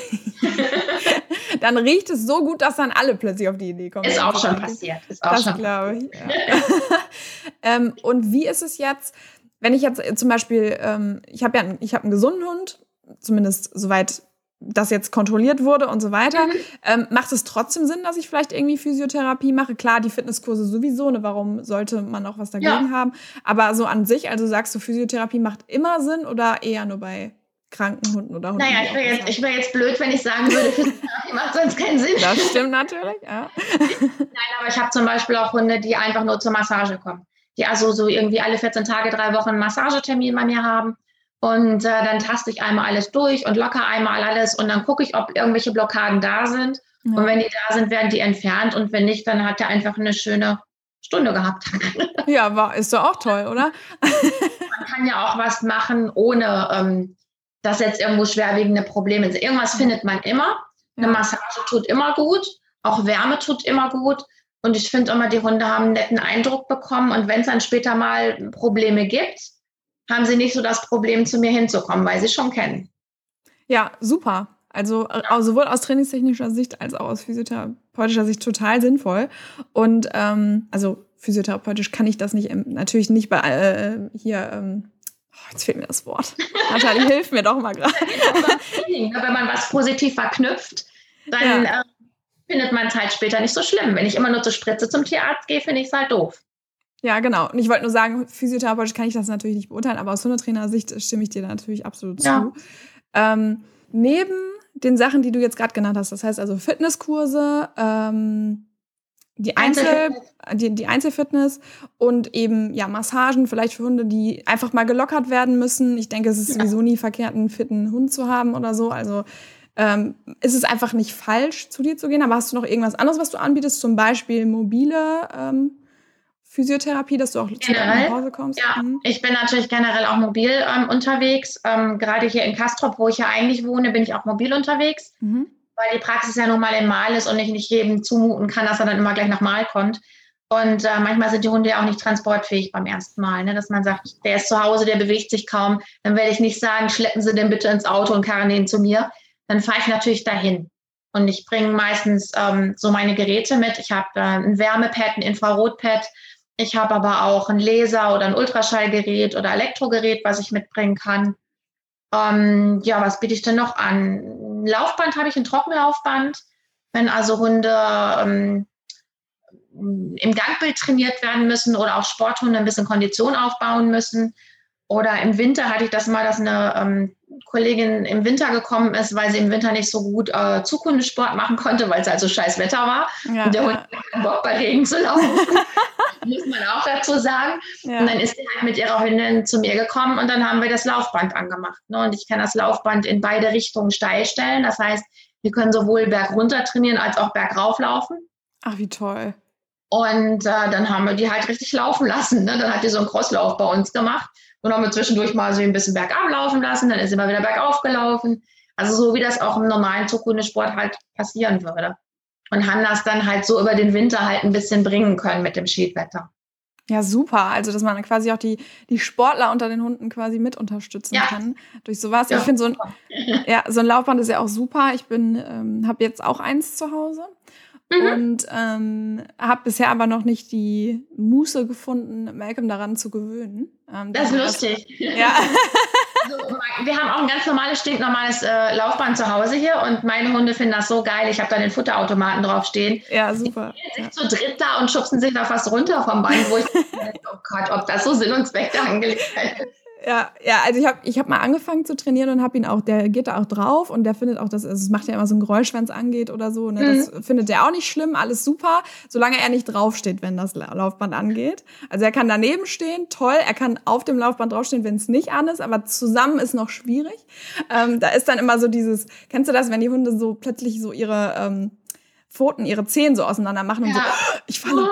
Dann riecht es so gut, dass dann alle plötzlich auf die Idee kommen. Ist auch schon passiert. Das glaube ich. Ja. Und wie ist es jetzt, wenn ich jetzt zum Beispiel, ich habe einen gesunden Hund, zumindest soweit das jetzt kontrolliert wurde und so weiter. Macht es trotzdem Sinn, dass ich vielleicht irgendwie Physiotherapie mache? Klar, die Fitnesskurse sowieso, ne? Warum sollte man auch was dagegen haben? Aber so an sich, also sagst du, Physiotherapie macht immer Sinn oder eher nur bei kranken Hunden oder Hunden? Naja, ich wäre jetzt blöd, wenn ich sagen würde, Physiotherapie macht sonst keinen Sinn. Das stimmt natürlich, ja. Nein, aber ich habe zum Beispiel auch Hunde, die einfach nur zur Massage kommen. Die also so irgendwie alle 14 Tage, 3 Wochen einen Massagetermin bei mir haben. Und dann taste ich einmal alles durch und locker einmal alles und dann gucke ich, ob irgendwelche Blockaden da sind. Ja. Und wenn die da sind, werden die entfernt. Und wenn nicht, dann hat der einfach eine schöne Stunde gehabt. Ja, ist doch auch toll, oder? Man kann ja auch was machen, ohne dass jetzt irgendwo schwerwiegende Probleme sind. Irgendwas findet man immer. Eine Massage tut immer gut. Auch Wärme tut immer gut. Und ich finde immer, die Hunde haben einen netten Eindruck bekommen. Und wenn es dann später mal Probleme gibt, haben sie nicht so das Problem, zu mir hinzukommen, weil sie schon kennen. Ja, super. Also sowohl aus trainingstechnischer Sicht als auch aus physiotherapeutischer Sicht total sinnvoll. Und also physiotherapeutisch kann ich das natürlich nicht bei jetzt fehlt mir das Wort. Nathalie, hilf mir doch mal gerade. Wenn man was positiv verknüpft, dann findet man es halt später nicht so schlimm. Wenn ich immer nur zur Spritze zum Tierarzt gehe, finde ich es halt doof. Ja, genau. Und ich wollte nur sagen, physiotherapeutisch kann ich das natürlich nicht beurteilen, aber aus Hundetrainersicht stimme ich dir da natürlich absolut zu. Neben den Sachen, die du jetzt gerade genannt hast, das heißt also Fitnesskurse, die Einzelfitness und eben Massagen vielleicht für Hunde, die einfach mal gelockert werden müssen. Ich denke, es ist sowieso nie verkehrt, einen fitten Hund zu haben oder so. Also ist es einfach nicht falsch, zu dir zu gehen. Aber hast du noch irgendwas anderes, was du anbietest? Zum Beispiel mobile Physiotherapie, dass du auch zu nach Hause kommst? Ja, ich bin natürlich generell auch mobil unterwegs. Gerade hier in Castrop, wo ich ja eigentlich wohne, bin ich auch mobil unterwegs. Weil die Praxis ja nun mal in Mahl ist und ich nicht jedem zumuten kann, dass er dann immer gleich nach Mahl kommt. Und manchmal sind die Hunde ja auch nicht transportfähig beim ersten Mal, ne? Dass man sagt, der ist zu Hause, der bewegt sich kaum. Dann werde ich nicht sagen, schleppen Sie den bitte ins Auto und karren den zu mir. Dann fahre ich natürlich dahin. Und ich bringe meistens so meine Geräte mit. Ich habe ein Wärmepad, ein Infrarotpad. Ich habe aber auch ein Laser- oder ein Ultraschallgerät oder Elektrogerät, was ich mitbringen kann. Was biete ich denn noch an? Ein Laufband habe ich, ein Trockenlaufband. Wenn also Hunde im Gangbild trainiert werden müssen oder auch Sporthunde ein bisschen Kondition aufbauen müssen. Oder im Winter hatte ich das mal, dass eine Kollegin im Winter gekommen ist, weil sie im Winter nicht so gut Zughundesport machen konnte, weil es also scheiß Wetter war. Ja, und der Hund hat keinen Bock, bei Regen zu laufen. Muss man auch dazu sagen. Ja. Und dann ist sie halt mit ihrer Hündin zu mir gekommen und dann haben wir das Laufband angemacht. Ne? Und ich kann das Laufband in beide Richtungen steil stellen. Das heißt, wir können sowohl bergunter trainieren als auch bergauf laufen. Ach, wie toll. Und dann haben wir die halt richtig laufen lassen. Ne? Dann hat die so einen Crosslauf bei uns gemacht. Und haben wir zwischendurch mal so ein bisschen bergab laufen lassen. Dann ist sie mal wieder bergauf gelaufen. Also so wie das auch im normalen Zughundesport halt passieren würde. Und haben das dann halt so über den Winter halt ein bisschen bringen können mit dem Schiedwetter. Ja, super. Also, dass man quasi auch die Sportler unter den Hunden quasi mit unterstützen kann durch sowas. Ja. Ich finde, so ein Laufband ist ja auch super. Ich habe jetzt auch eins zu Hause. Und habe bisher aber noch nicht die Muße gefunden, Malcolm daran zu gewöhnen. Das ist lustig. Ja. Also, wir haben auch ein ganz normales, stinknormales Laufband zu Hause hier und meine Hunde finden das so geil. Ich habe da den Futterautomaten draufstehen. Ja, super. Die sind zu dritt da und schubsen sich da fast runter vom Band, wo ich denke, oh Gott, ob das so Sinn und Zweck der Angelegenheit ist. Ja, also ich hab mal angefangen zu trainieren und habe ihn auch, der geht da auch drauf und der findet auch, also es macht ja immer so ein Geräusch, wenn es angeht oder so, ne? Das findet der auch nicht schlimm, alles super, solange er nicht draufsteht, wenn das Laufband angeht. Also er kann daneben stehen, toll, er kann auf dem Laufband draufstehen, wenn es nicht an ist, aber zusammen ist noch schwierig. Da ist dann immer so dieses, kennst du das, wenn die Hunde so plötzlich so ihre Pfoten, ihre Zehen so auseinander machen und so, ich falle.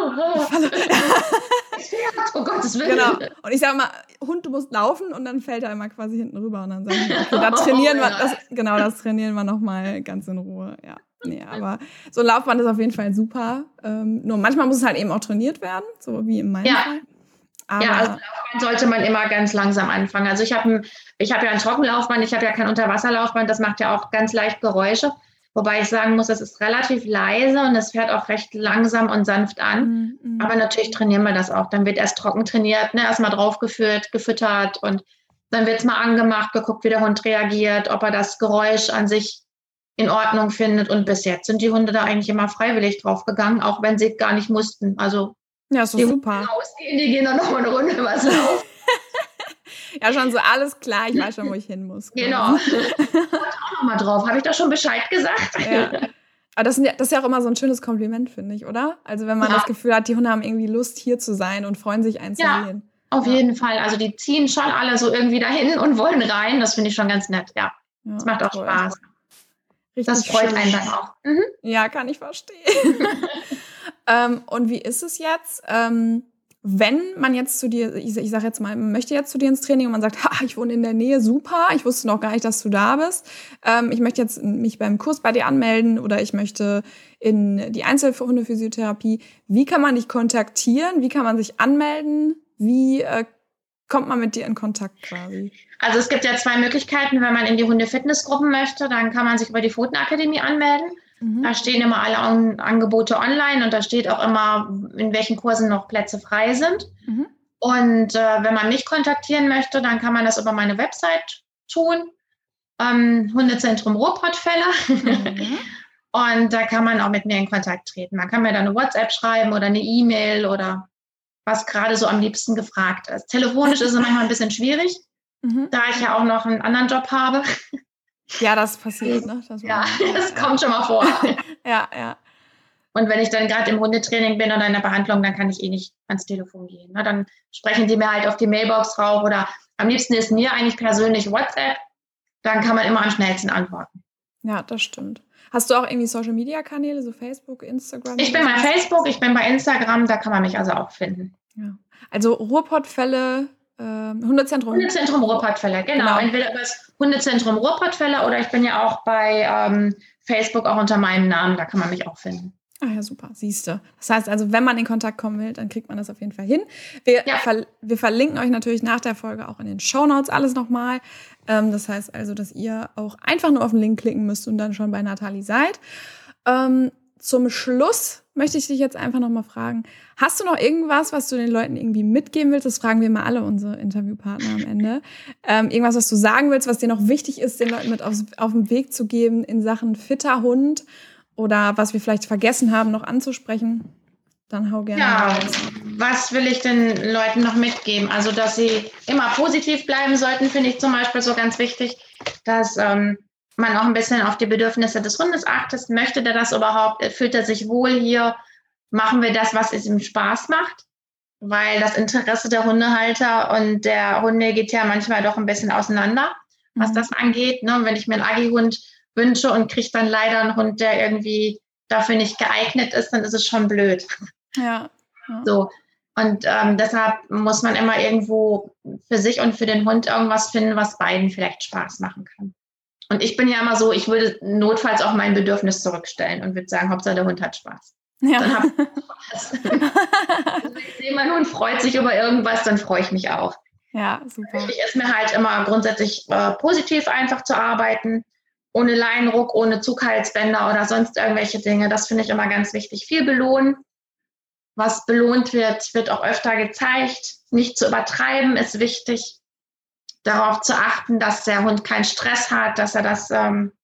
Oh Gottes Willen. Genau. Und ich sage mal, Hund, du musst laufen und dann fällt er immer quasi hinten rüber und dann sagen wir, okay, das trainieren wir nochmal ganz in Ruhe, ja. Nee, aber so ein Laufband ist auf jeden Fall super. Nur manchmal muss es halt eben auch trainiert werden, so wie in meinem Fall. Aber also Laufband sollte man immer ganz langsam anfangen. Also ich habe ja ein Trockenlaufband, ich habe ja kein Unterwasserlaufband, das macht ja auch ganz leicht Geräusche. Wobei ich sagen muss, das ist relativ leise und es fährt auch recht langsam und sanft an. Aber natürlich trainieren wir das auch. Dann wird erst trocken trainiert, ne? Erstmal draufgeführt, gefüttert und dann wird es mal angemacht, geguckt, wie der Hund reagiert, ob er das Geräusch an sich in Ordnung findet. Und bis jetzt sind die Hunde da eigentlich immer freiwillig drauf gegangen, auch wenn sie gar nicht mussten. Also ja, ist doch die super. Hunde rausgehen, die gehen dann nochmal eine Runde was laufen. Ja, schon so alles klar, ich weiß schon, wo ich hin muss. Genau. Ich wollte auch nochmal drauf. Habe ich da schon Bescheid gesagt? Ja. Aber das ist ja auch immer so ein schönes Kompliment, finde ich, oder? Also wenn man das Gefühl hat, die Hunde haben irgendwie Lust, hier zu sein und freuen sich, einen zu sehen. Auf jeden Fall. Also die ziehen schon alle so irgendwie dahin und wollen rein. Das finde ich schon ganz nett, ja. Das macht auch Spaß. Richtig das freut schön. Einen dann auch. Mhm. Ja, kann ich verstehen. Und wie ist es jetzt, wenn man jetzt zu dir, ich sage jetzt mal, man möchte jetzt zu dir ins Training und man sagt, ich wohne in der Nähe, super, ich wusste noch gar nicht, dass du da bist. Ich möchte jetzt mich beim Kurs bei dir anmelden oder ich möchte in die Einzelhundephysiotherapie. Wie kann man dich kontaktieren? Wie kann man sich anmelden? Wie kommt man mit dir in Kontakt quasi? Also es gibt ja 2 Möglichkeiten. Wenn man in die Hunde-Fitnessgruppen möchte, dann kann man sich über die Pfotenakademie anmelden. Da stehen immer alle Angebote online und da steht auch immer, in welchen Kursen noch Plätze frei sind. Und wenn man mich kontaktieren möchte, dann kann man das über meine Website tun. Hundezentrum Ruhrpottfeller. Und da kann man auch mit mir in Kontakt treten. Man kann mir dann eine WhatsApp schreiben oder eine E-Mail oder was gerade so am liebsten gefragt ist. Telefonisch ist es manchmal ein bisschen schwierig, da ich ja auch noch einen anderen Job habe. Ja, das passiert, ne? Das kommt schon mal vor. Ja. Und wenn ich dann gerade im Hundetraining bin oder in der Behandlung, dann kann ich nicht ans Telefon gehen. Ne? Dann sprechen die mir halt auf die Mailbox drauf oder am liebsten ist mir eigentlich persönlich WhatsApp. Dann kann man immer am schnellsten antworten. Ja, das stimmt. Hast du auch irgendwie Social-Media-Kanäle, so Facebook, Instagram? Ich bin bei Facebook, ich bin bei Instagram, da kann man mich also auch finden. Ja. Also Ruhrpottfälle, Hundezentrum. Hundezentrum Ruhrpottfeller, genau. Entweder über das Hundezentrum Ruhrpottfeller oder ich bin ja auch bei Facebook auch unter meinem Namen, da kann man mich auch finden. Ah ja, super, siehste. Das heißt also, wenn man in Kontakt kommen will, dann kriegt man das auf jeden Fall hin. Wir verlinken euch natürlich nach der Folge auch in den Shownotes alles nochmal. Das heißt also, dass ihr auch einfach nur auf den Link klicken müsst und dann schon bei Nathalie seid. Zum Schluss möchte ich dich jetzt einfach nochmal fragen, hast du noch irgendwas, was du den Leuten irgendwie mitgeben willst? Das fragen wir mal alle unsere Interviewpartner am Ende. Irgendwas, was du sagen willst, was dir noch wichtig ist, den Leuten mit auf den Weg zu geben in Sachen fitter Hund oder was wir vielleicht vergessen haben, noch anzusprechen? Dann hau gerne raus. Was will ich den Leuten noch mitgeben? Also, dass sie immer positiv bleiben sollten, finde ich zum Beispiel so ganz wichtig, dass man auch ein bisschen auf die Bedürfnisse des Hundes achtet. Möchte der das überhaupt? Fühlt er sich wohl hier? Machen wir das, was es ihm Spaß macht? Weil das Interesse der Hundehalter und der Hunde geht ja manchmal doch ein bisschen auseinander, was das angeht. Ne? Wenn ich mir einen Aggi-Hund wünsche und kriege dann leider einen Hund, der irgendwie dafür nicht geeignet ist, dann ist es schon blöd. Ja. So. Und deshalb muss man immer irgendwo für sich und für den Hund irgendwas finden, was beiden vielleicht Spaß machen kann. Und ich bin ja immer so, ich würde notfalls auch mein Bedürfnis zurückstellen und würde sagen, Hauptsache der Hund hat Spaß. Ja. Dann habe ich Spaß. Also wenn ich sehe, mein Hund freut sich über irgendwas, dann freue ich mich auch. Ja, super. Wichtig ist mir halt immer grundsätzlich positiv einfach zu arbeiten, ohne Leinenruck, ohne Zughalsbänder oder sonst irgendwelche Dinge. Das finde ich immer ganz wichtig. Viel belohnen. Was belohnt wird, wird auch öfter gezeigt. Nicht zu übertreiben ist wichtig. Darauf zu achten, dass der Hund keinen Stress hat, dass er das in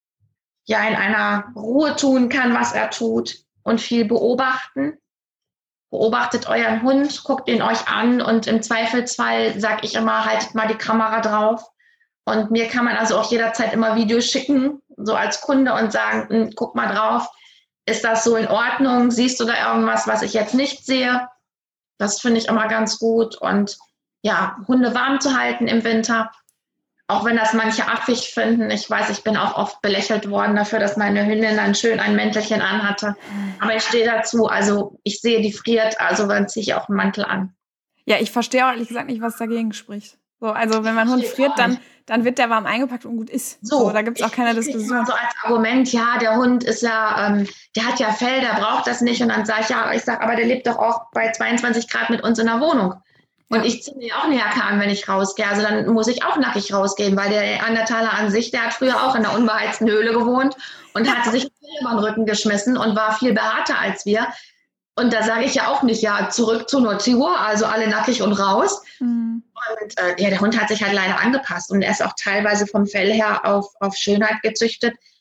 einer Ruhe tun kann, was er tut. Und viel beobachten. Beobachtet euren Hund, guckt ihn euch an und im Zweifelsfall sage ich immer, haltet mal die Kamera drauf. Und mir kann man also auch jederzeit immer Videos schicken, so als Kunde und sagen, guck mal drauf, ist das so in Ordnung? Siehst du da irgendwas, was ich jetzt nicht sehe? Das finde ich immer ganz gut. Und ja, Hunde warm zu halten im Winter, auch wenn das manche affig finden. Ich weiß, ich bin auch oft belächelt worden dafür, dass meine Hündin dann schön ein Mäntelchen anhatte. Aber ich stehe dazu, also ich sehe, die friert, also dann ziehe ich auch einen Mantel an. Ja, ich verstehe auch ehrlich gesagt nicht, was dagegen spricht. So, also wenn mein Hund friert, dann wird der warm eingepackt und gut ist. So da gibt es auch keine Diskussion. So als Argument, ja, der Hund ist ja, der hat ja Fell, der braucht das nicht. Und dann sage ich, aber der lebt doch auch bei 22 Grad mit uns in der Wohnung. Und ich ziehe mir auch eine Jacke an, wenn ich rausgehe. Also dann muss ich auch nackig rausgehen, weil der Neandertaler an sich, der hat früher auch in einer unbeheizten Höhle gewohnt und hatte sich über den Rücken geschmissen und war viel behaarter als wir. Und da sage ich ja auch nicht, ja, zurück zur Natur, also alle nackig und raus. Und der Hund hat sich halt leider angepasst und er ist auch teilweise vom Fell her auf Schönheit gezüchtet.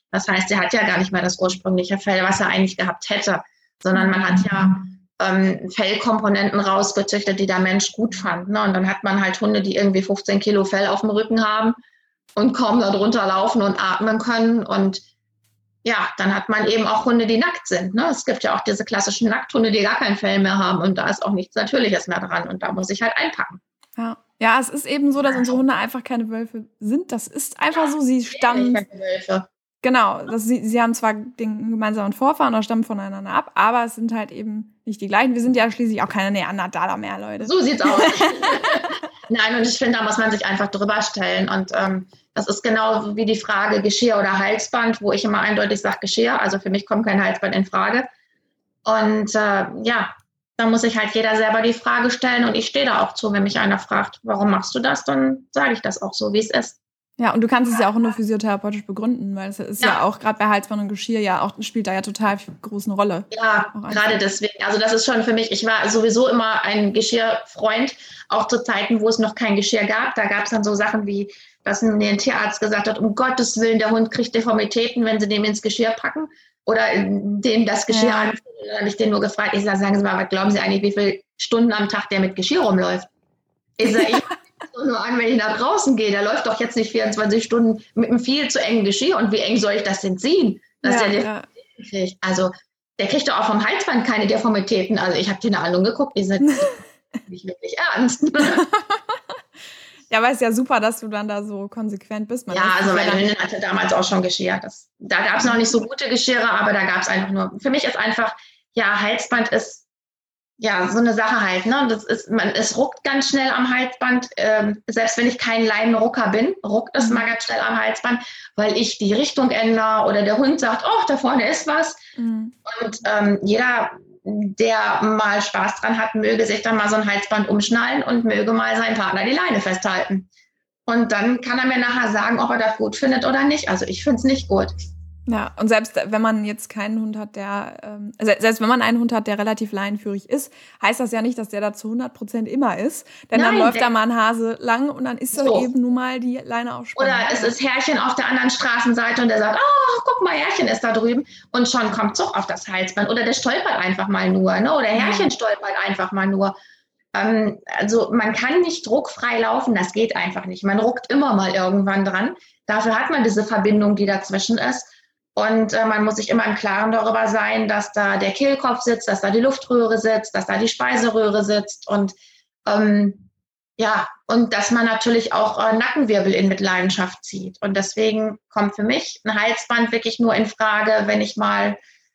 Das heißt, er hat ja gar nicht mehr das ursprüngliche Fell, was er eigentlich gehabt hätte, sondern man hat ja Fellkomponenten rausgezüchtet, die der Mensch gut fand. Ne? Und dann hat man halt Hunde, die irgendwie 15 Kilo Fell auf dem Rücken haben und kaum darunter laufen und atmen können. Und ja, dann hat man eben auch Hunde, die nackt sind. Ne? Es gibt ja auch diese klassischen Nackthunde, die gar kein Fell mehr haben. Und da ist auch nichts Natürliches mehr dran. Und da muss ich halt einpacken. Ja, es ist eben so, dass unsere Hunde einfach keine Wölfe sind. Das ist einfach so, sie stammen... Keine Wölfe. Genau, sie haben zwar den gemeinsamen Vorfahren oder stammen voneinander ab, aber es sind halt eben nicht die gleichen. Wir sind ja schließlich auch keine Neandertaler mehr, Leute. So sieht's aus. Nein, und ich finde, da muss man sich einfach drüber stellen. Und das ist genau wie die Frage Geschirr oder Halsband, wo ich immer eindeutig sage Geschirr. Also für mich kommt kein Halsband in Frage. Und ja, da muss sich halt jeder selber die Frage stellen. Und ich stehe da auch zu, wenn mich einer fragt, warum machst du das, dann sage ich das auch so, wie es ist. Ja, und du kannst es ja auch nur physiotherapeutisch begründen, weil es ist ja auch gerade bei Halsband und Geschirr spielt da ja total große Rolle. Ja, gerade deswegen. Also das ist schon für mich, ich war sowieso immer ein Geschirrfreund, auch zu Zeiten, wo es noch kein Geschirr gab. Da gab es dann so Sachen wie, dass ein Tierarzt gesagt hat, um Gottes Willen, der Hund kriegt Deformitäten, wenn sie dem ins Geschirr packen oder dem das Geschirr anfühlen. Dann habe ich den nur gefragt, ich sage, sagen Sie mal, was glauben Sie eigentlich, wie viele Stunden am Tag der mit Geschirr rumläuft? Ich sage, nur an, wenn ich nach draußen gehe, der läuft doch jetzt nicht 24 Stunden mit einem viel zu engen Geschirr. Und wie eng soll ich das denn ziehen, dass der Deformitäten kriegt? Also der kriegt doch auch vom Halsband keine Deformitäten. Also ich habe dir eine Ahnung geguckt, die sind nicht wirklich ernst. Ja, aber ist ja super, dass du dann da so konsequent bist. Also meine Hündin hatte damals auch schon Geschirr. Da gab es noch nicht so gute Geschirre, aber da gab es einfach nur, für mich ist einfach, Halsband ist so eine Sache halt, ne? Es ruckt ganz schnell am Halsband. Selbst wenn ich kein Leinenrucker bin, ruckt es mal ganz schnell am Halsband, weil ich die Richtung ändere oder der Hund sagt, oh, da vorne ist was. Mhm. Und jeder, der mal Spaß dran hat, möge sich dann mal so ein Halsband umschnallen und möge mal seinen Partner die Leine festhalten. Und dann kann er mir nachher sagen, ob er das gut findet oder nicht. Also ich finde es nicht gut. Ja, und selbst wenn man jetzt keinen Hund hat, selbst wenn man einen Hund hat, der relativ leinenführig ist, heißt das ja nicht, dass der da zu 100% immer ist. Denn dann läuft da mal ein Hase lang und dann ist da eben nun mal die Leine aufspannen. Oder es ist Herrchen auf der anderen Straßenseite und der sagt, oh, guck mal, Herrchen ist da drüben. Und schon kommt Zug auf das Halsband. Oder der stolpert einfach mal nur, ne? Oder Herrchen stolpert einfach mal nur. Also man kann nicht druckfrei laufen, das geht einfach nicht. Man ruckt immer mal irgendwann dran. Dafür hat man diese Verbindung, die dazwischen ist. Und man muss sich immer im Klaren darüber sein, dass da der Kehlkopf sitzt, dass da die Luftröhre sitzt, dass da die Speiseröhre sitzt und und dass man natürlich auch Nackenwirbel in Mitleidenschaft zieht. Und deswegen kommt für mich ein Halsband wirklich nur in Frage, wenn ich mal,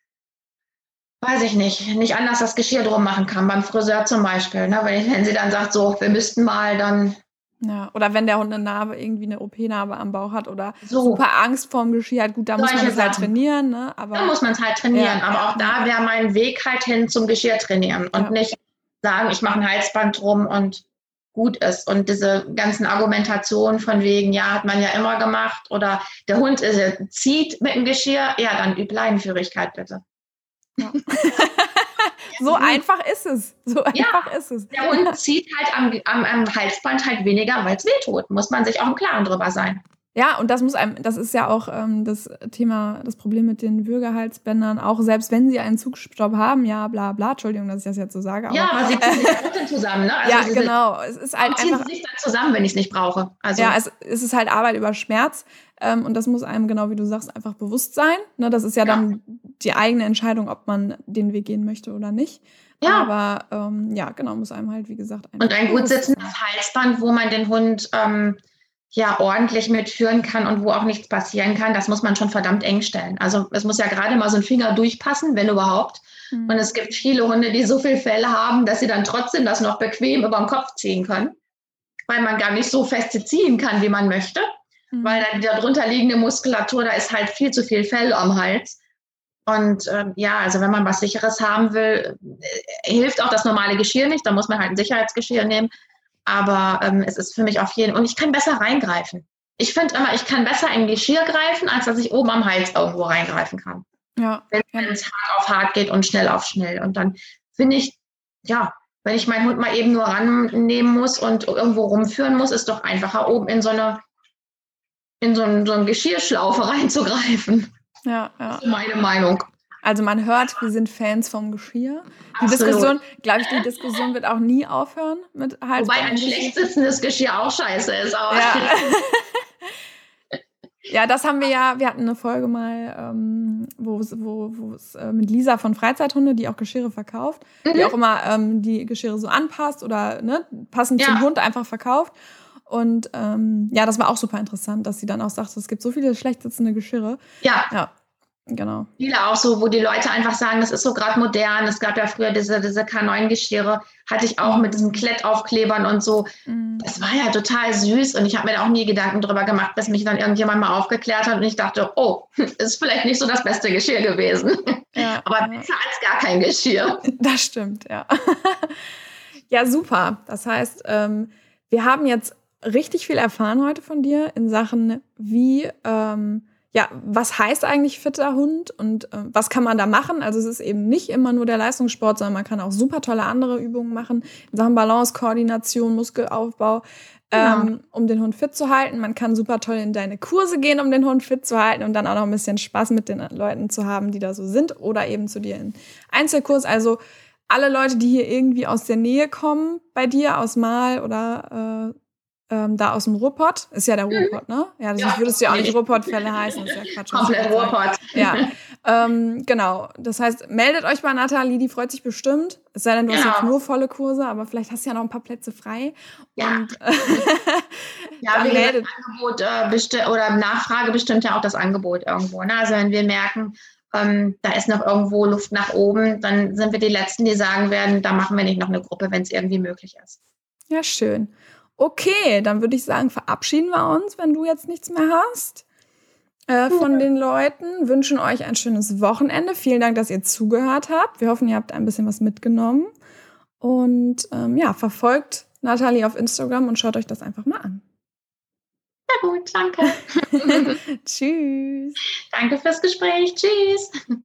weiß ich nicht anders das Geschirr drum machen kann, beim Friseur zum Beispiel. Ne? Wenn sie dann sagt, so, wir müssten mal, dann... Ja, oder wenn der Hund eine OP-Narbe am Bauch hat oder super Angst vorm Geschirr hat, gut, da muss man es halt trainieren. Ne? Aber da muss man es halt trainieren, aber auch da wäre mein Weg halt hin zum Geschirr trainieren und nicht sagen, ich mache ein Halsband drum und gut ist. Und diese ganzen Argumentationen von wegen, hat man ja immer gemacht oder der Hund zieht mit dem Geschirr, dann üb Leinenführigkeit bitte. Ja. So einfach ist es. Der Hund zieht halt am Halsband halt weniger, weil es wehtut. Muss man sich auch im Klaren drüber sein. Ja, und das ist ja auch das Problem mit den Würgehalsbändern, auch selbst wenn sie einen Zugstopp haben, bla bla, Entschuldigung, dass ich das jetzt so sage. Aber sie ziehen sich trotzdem zusammen, ne? Also genau. Es ist halt ziehen sie sich dann zusammen, wenn ich es nicht brauche. Also. Ja, es ist halt Arbeit über Schmerz und das muss einem, genau wie du sagst, einfach bewusst sein. Ne? Das ist ja dann die eigene Entscheidung, ob man den Weg gehen möchte oder nicht. Ja. Aber genau, muss einem halt, wie gesagt, und ein gut sitzendes Halsband, wo man den Hund ordentlich mitführen kann und wo auch nichts passieren kann, das muss man schon verdammt eng stellen. Also es muss ja gerade mal so ein Finger durchpassen, wenn überhaupt. Mhm. Und es gibt viele Hunde, die so viel Fell haben, dass sie dann trotzdem das noch bequem über den Kopf ziehen können, weil man gar nicht so feste ziehen kann, wie man möchte, weil dann die darunter liegende Muskulatur, da ist halt viel zu viel Fell am Hals. Und also wenn man was Sicheres haben will, hilft auch das normale Geschirr nicht, da muss man halt ein Sicherheitsgeschirr nehmen. Aber es ist für mich auf jeden Fall, und ich kann besser reingreifen. Ich finde immer, ich kann besser in Geschirr greifen, als dass ich oben am Hals irgendwo reingreifen kann. Ja. Wenn es hart auf hart geht und schnell auf schnell. Und dann finde ich, wenn ich meinen Hund mal eben nur rannehmen muss und irgendwo rumführen muss, ist doch einfacher, oben in so eine Geschirrschlaufe reinzugreifen. Ja. Das ist meine Meinung. Also man hört, wir sind Fans vom Geschirr. Die Absolut. Diskussion wird auch nie aufhören mit Halsband. Wobei ein schlecht sitzendes Geschirr auch scheiße ist. Aber Ja. Ja, das haben wir hatten eine Folge mal, wo es mit Lisa von Freizeithunde, die auch Geschirre verkauft, die auch immer die Geschirre so anpasst oder passend zum Hund einfach verkauft. Und das war auch super interessant, dass sie dann auch sagte, es gibt so viele schlecht sitzende Geschirre. Ja, genau. Viele auch so, wo die Leute einfach sagen, das ist so gerade modern. Es gab ja früher diese K9-Geschirre, hatte ich auch mit diesen Klettaufklebern und so. Das war ja total süß und ich habe mir da auch nie Gedanken drüber gemacht, bis mich dann irgendjemand mal aufgeklärt hat und ich dachte, oh, ist vielleicht nicht so das beste Geschirr gewesen. Ja, aber besser als gar kein Geschirr. Das stimmt, ja. Ja, super. Das heißt, wir haben jetzt richtig viel erfahren heute von dir in Sachen, wie was heißt eigentlich fitter Hund und was kann man da machen? Also es ist eben nicht immer nur der Leistungssport, sondern man kann auch super tolle andere Übungen machen in Sachen Balance, Koordination, Muskelaufbau, um den Hund fit zu halten. Man kann super toll in deine Kurse gehen, um den Hund fit zu halten und dann auch noch ein bisschen Spaß mit den Leuten zu haben, die da so sind oder eben zu dir in Einzelkurs. Also alle Leute, die hier irgendwie aus der Nähe kommen, bei dir aus Mal oder da aus dem Ruhrpott, ist ja der Ruhrpott, ne? Ja, sonst würdest du ja auch nicht Ruhrpott-Fälle heißen, das ist ja Quatsch. Komplett Ruhrpott. Ja, genau. Das heißt, meldet euch bei Nathalie, die freut sich bestimmt. Es sei denn, du hast jetzt nur volle Kurse, aber vielleicht hast du ja noch ein paar Plätze frei. Ja, und, dann meldet. Angebot oder Nachfrage bestimmt ja auch das Angebot irgendwo. Ne? Also wenn wir merken, da ist noch irgendwo Luft nach oben, dann sind wir die Letzten, die sagen werden, da machen wir nicht noch eine Gruppe, wenn es irgendwie möglich ist. Ja, schön. Okay, dann würde ich sagen, verabschieden wir uns, wenn du jetzt nichts mehr hast von den Leuten. Wünschen euch ein schönes Wochenende. Vielen Dank, dass ihr zugehört habt. Wir hoffen, ihr habt ein bisschen was mitgenommen. Und verfolgt Nathalie auf Instagram und schaut euch das einfach mal an. Ja gut, danke. Tschüss. Danke fürs Gespräch. Tschüss.